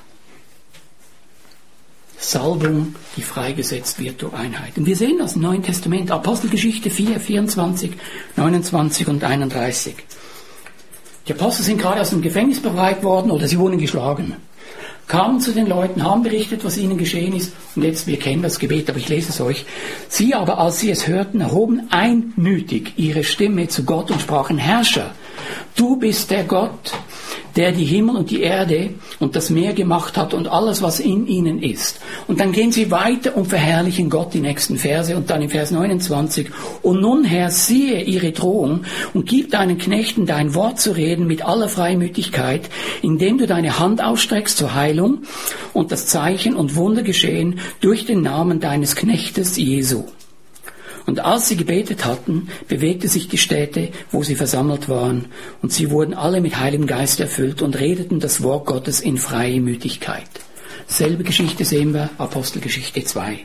Salbung, die freigesetzt wird durch Einheit. Und wir sehen das im Neuen Testament, Apostelgeschichte 4, 24, 29 und 31. Die Apostel sind gerade aus dem Gefängnis befreit worden oder sie wurden geschlagen. kamen zu den Leuten, haben berichtet, was ihnen geschehen ist. Und jetzt, wir kennen das Gebet, aber ich lese es euch. Sie aber, als sie es hörten, erhoben einmütig ihre Stimme zu Gott und sprachen: Herrscher, du bist der Gott, der die Himmel und die Erde und das Meer gemacht hat und alles, was in ihnen ist. Und dann gehen sie weiter und verherrlichen Gott, die nächsten Verse. Und dann im Vers 29. Und nun, Herr, siehe ihre Drohung und gib deinen Knechten dein Wort zu reden mit aller Freimütigkeit, indem du deine Hand ausstreckst zur Heilung und das Zeichen und Wunder geschehen durch den Namen deines Knechtes Jesu. Und als sie gebetet hatten, bewegte sich die Stätte, wo sie versammelt waren, und sie wurden alle mit Heiligem Geist erfüllt und redeten das Wort Gottes in Freimütigkeit. Selbe Geschichte sehen wir, Apostelgeschichte 2.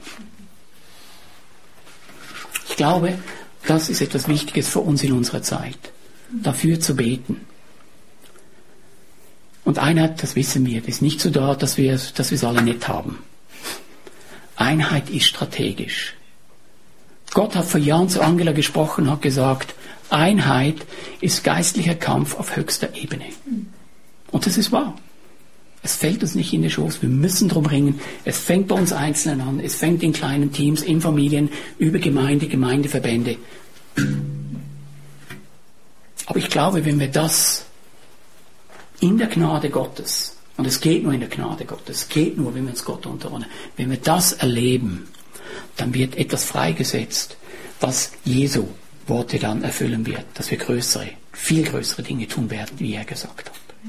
Ich glaube, das ist etwas Wichtiges für uns in unserer Zeit, dafür zu beten. Und Einheit, das wissen wir, ist nicht so da, dass wir es alle nett haben. Einheit ist strategisch. Gott hat vor Jahren zu Angela gesprochen, hat gesagt, Einheit ist geistlicher Kampf auf höchster Ebene. Und das ist wahr. Es fällt uns nicht in den Schoß, wir müssen drum ringen. Es fängt bei uns Einzelnen an, es fängt in kleinen Teams, in Familien, über Gemeindeverbände. Aber ich glaube, wenn wir das in der Gnade Gottes, und es geht nur in der Gnade Gottes, es geht nur, wenn wir uns Gott unterordnen, wenn wir das erleben, dann wird etwas freigesetzt, was Jesu Worte dann erfüllen wird, dass wir viel größere Dinge tun werden, wie er gesagt hat.